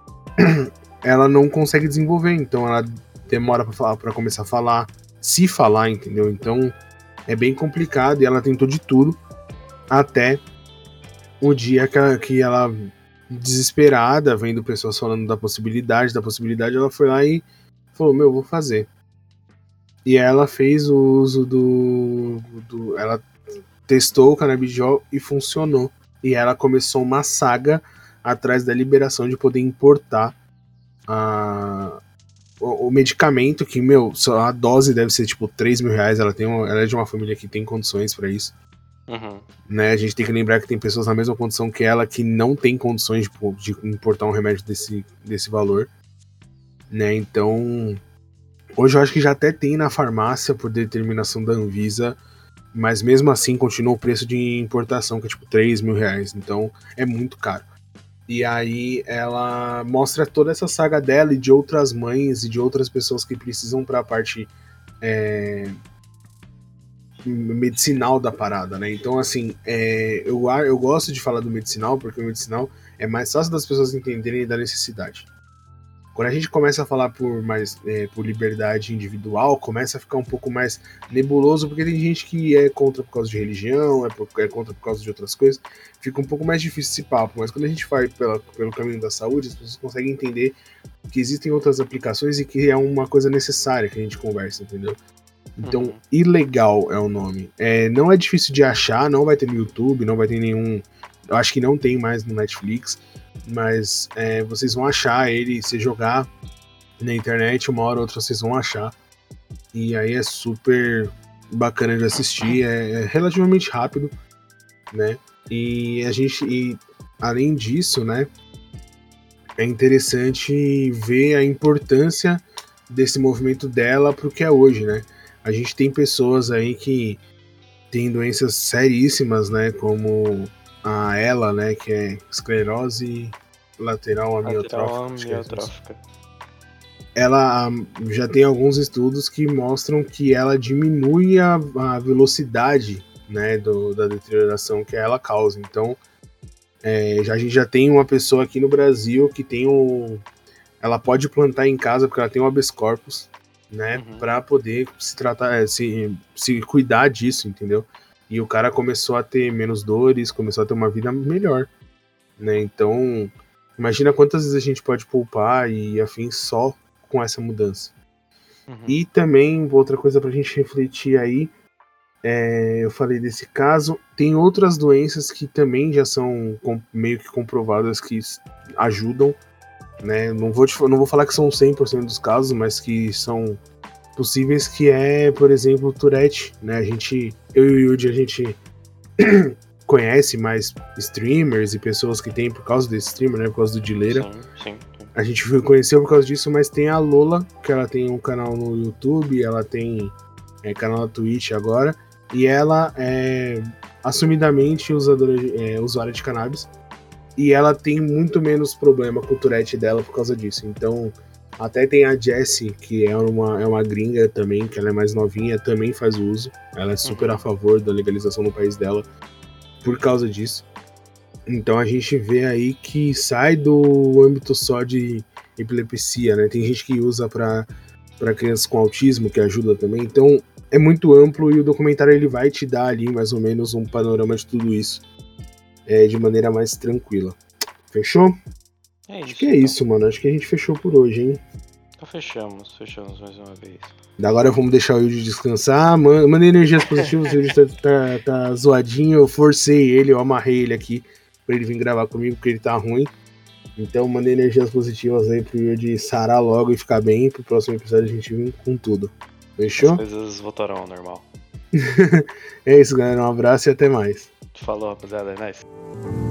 ela não consegue desenvolver, então ela demora pra, falar, pra começar a falar, se falar, entendeu? Então é bem complicado, e ela tentou de tudo até o dia que ela, que ela desesperada, vendo pessoas falando da possibilidade, da possibilidade, ela foi lá e falou, meu, vou fazer. E ela fez o uso do, do ela testou o canabidiol e funcionou. E ela começou uma saga atrás da liberação de poder importar a O, o medicamento que, meu, a dose deve ser tipo três mil reais. Ela, tem uma, ela é de uma família que tem condições pra isso. Uhum. Né? A gente tem que lembrar que tem pessoas na mesma condição que ela que não tem condições de, de importar um remédio desse, desse valor. Né? Então, hoje eu acho que já até tem na farmácia por determinação da Anvisa, mas mesmo assim continua o preço de importação, que é tipo três mil reais. Então é muito caro. E aí ela mostra toda essa saga dela e de outras mães e de outras pessoas que precisam para a parte é, medicinal da parada, né? Então, assim, é, eu, eu gosto de falar do medicinal porque o medicinal é mais fácil das pessoas entenderem da necessidade. Quando a gente começa a falar por, mais, é, por liberdade individual, começa a ficar um pouco mais nebuloso, porque tem gente que é contra por causa de religião, é, por, é contra por causa de outras coisas, fica um pouco mais difícil esse papo. Mas quando a gente vai pela, pelo caminho da saúde, as pessoas conseguem entender que existem outras aplicações e que é uma coisa necessária que a gente conversa, entendeu? Então, uhum. Ilegal é o nome. É, não é difícil de achar, não vai ter no YouTube, não vai ter nenhum... Eu acho que não tem mais no Netflix, mas é, vocês vão achar ele, se jogar na internet, uma hora ou outra vocês vão achar. E aí é super bacana de assistir, é, é relativamente rápido, né? E a gente, e, além disso, né, é interessante ver a importância desse movimento dela pro que é hoje, né? A gente tem pessoas aí que têm doenças seríssimas, né, como a ela, né, que é esclerose lateral Lateral amiotrófica. acho que é isso. amiotrófica. Ela hum, já tem alguns estudos que mostram que ela diminui a, a velocidade, né, do, da deterioração que ela causa. Então, é, já, a gente já tem uma pessoa aqui no Brasil que tem o. Ela pode plantar em casa porque ela tem o habeas corpus, né, Uhum. para poder se tratar, é, se, se cuidar disso, entendeu? E o cara começou a ter menos dores, começou a ter uma vida melhor, né? Então, imagina quantas vezes a gente pode poupar e afim só com essa mudança. Uhum. E também, outra coisa pra gente refletir aí, é, eu falei desse caso, tem outras doenças que também já são com, meio que comprovadas que ajudam, né? Não vou, te, não vou falar que são cem por cento dos casos, mas que são possíveis, que é, por exemplo, o Tourette, né? A gente, eu e o Yudi, a gente conhece mais streamers e pessoas que tem por causa desse streamer, né? Por causa do Dileira. Sim, sim, sim. A gente conheceu por causa disso, mas tem a Lola, que ela tem um canal no YouTube, ela tem é, canal na Twitch agora, e ela é assumidamente usadora de, é, usuária de cannabis, e ela tem muito menos problema com o Tourette dela por causa disso. Então, até tem a Jessie, que é uma, é uma gringa também, que ela é mais novinha, também faz uso. Ela é super Uhum. a favor da legalização no país dela por causa disso. Então a gente vê aí que sai do âmbito só de epilepsia, né? Tem gente que usa para para crianças com autismo, que ajuda também. Então é muito amplo e o documentário ele vai te dar ali mais ou menos um panorama de tudo isso é, de maneira mais tranquila. Fechou? É isso, Acho que é então. isso, mano. Acho que a gente fechou por hoje, hein? Então fechamos, fechamos mais uma vez. Agora vamos deixar o Yudi descansar. Manda energias positivas. O Yudi tá, tá, tá zoadinho. Eu forcei ele, eu amarrei ele aqui pra ele vir gravar comigo, porque ele tá ruim. Então mandei energias positivas aí pro Yudi sarar logo e ficar bem. Pro próximo episódio a gente vir com tudo. Fechou? As coisas voltarão ao normal. É isso, galera. Um abraço e até mais. Falou, rapaziada. É nice.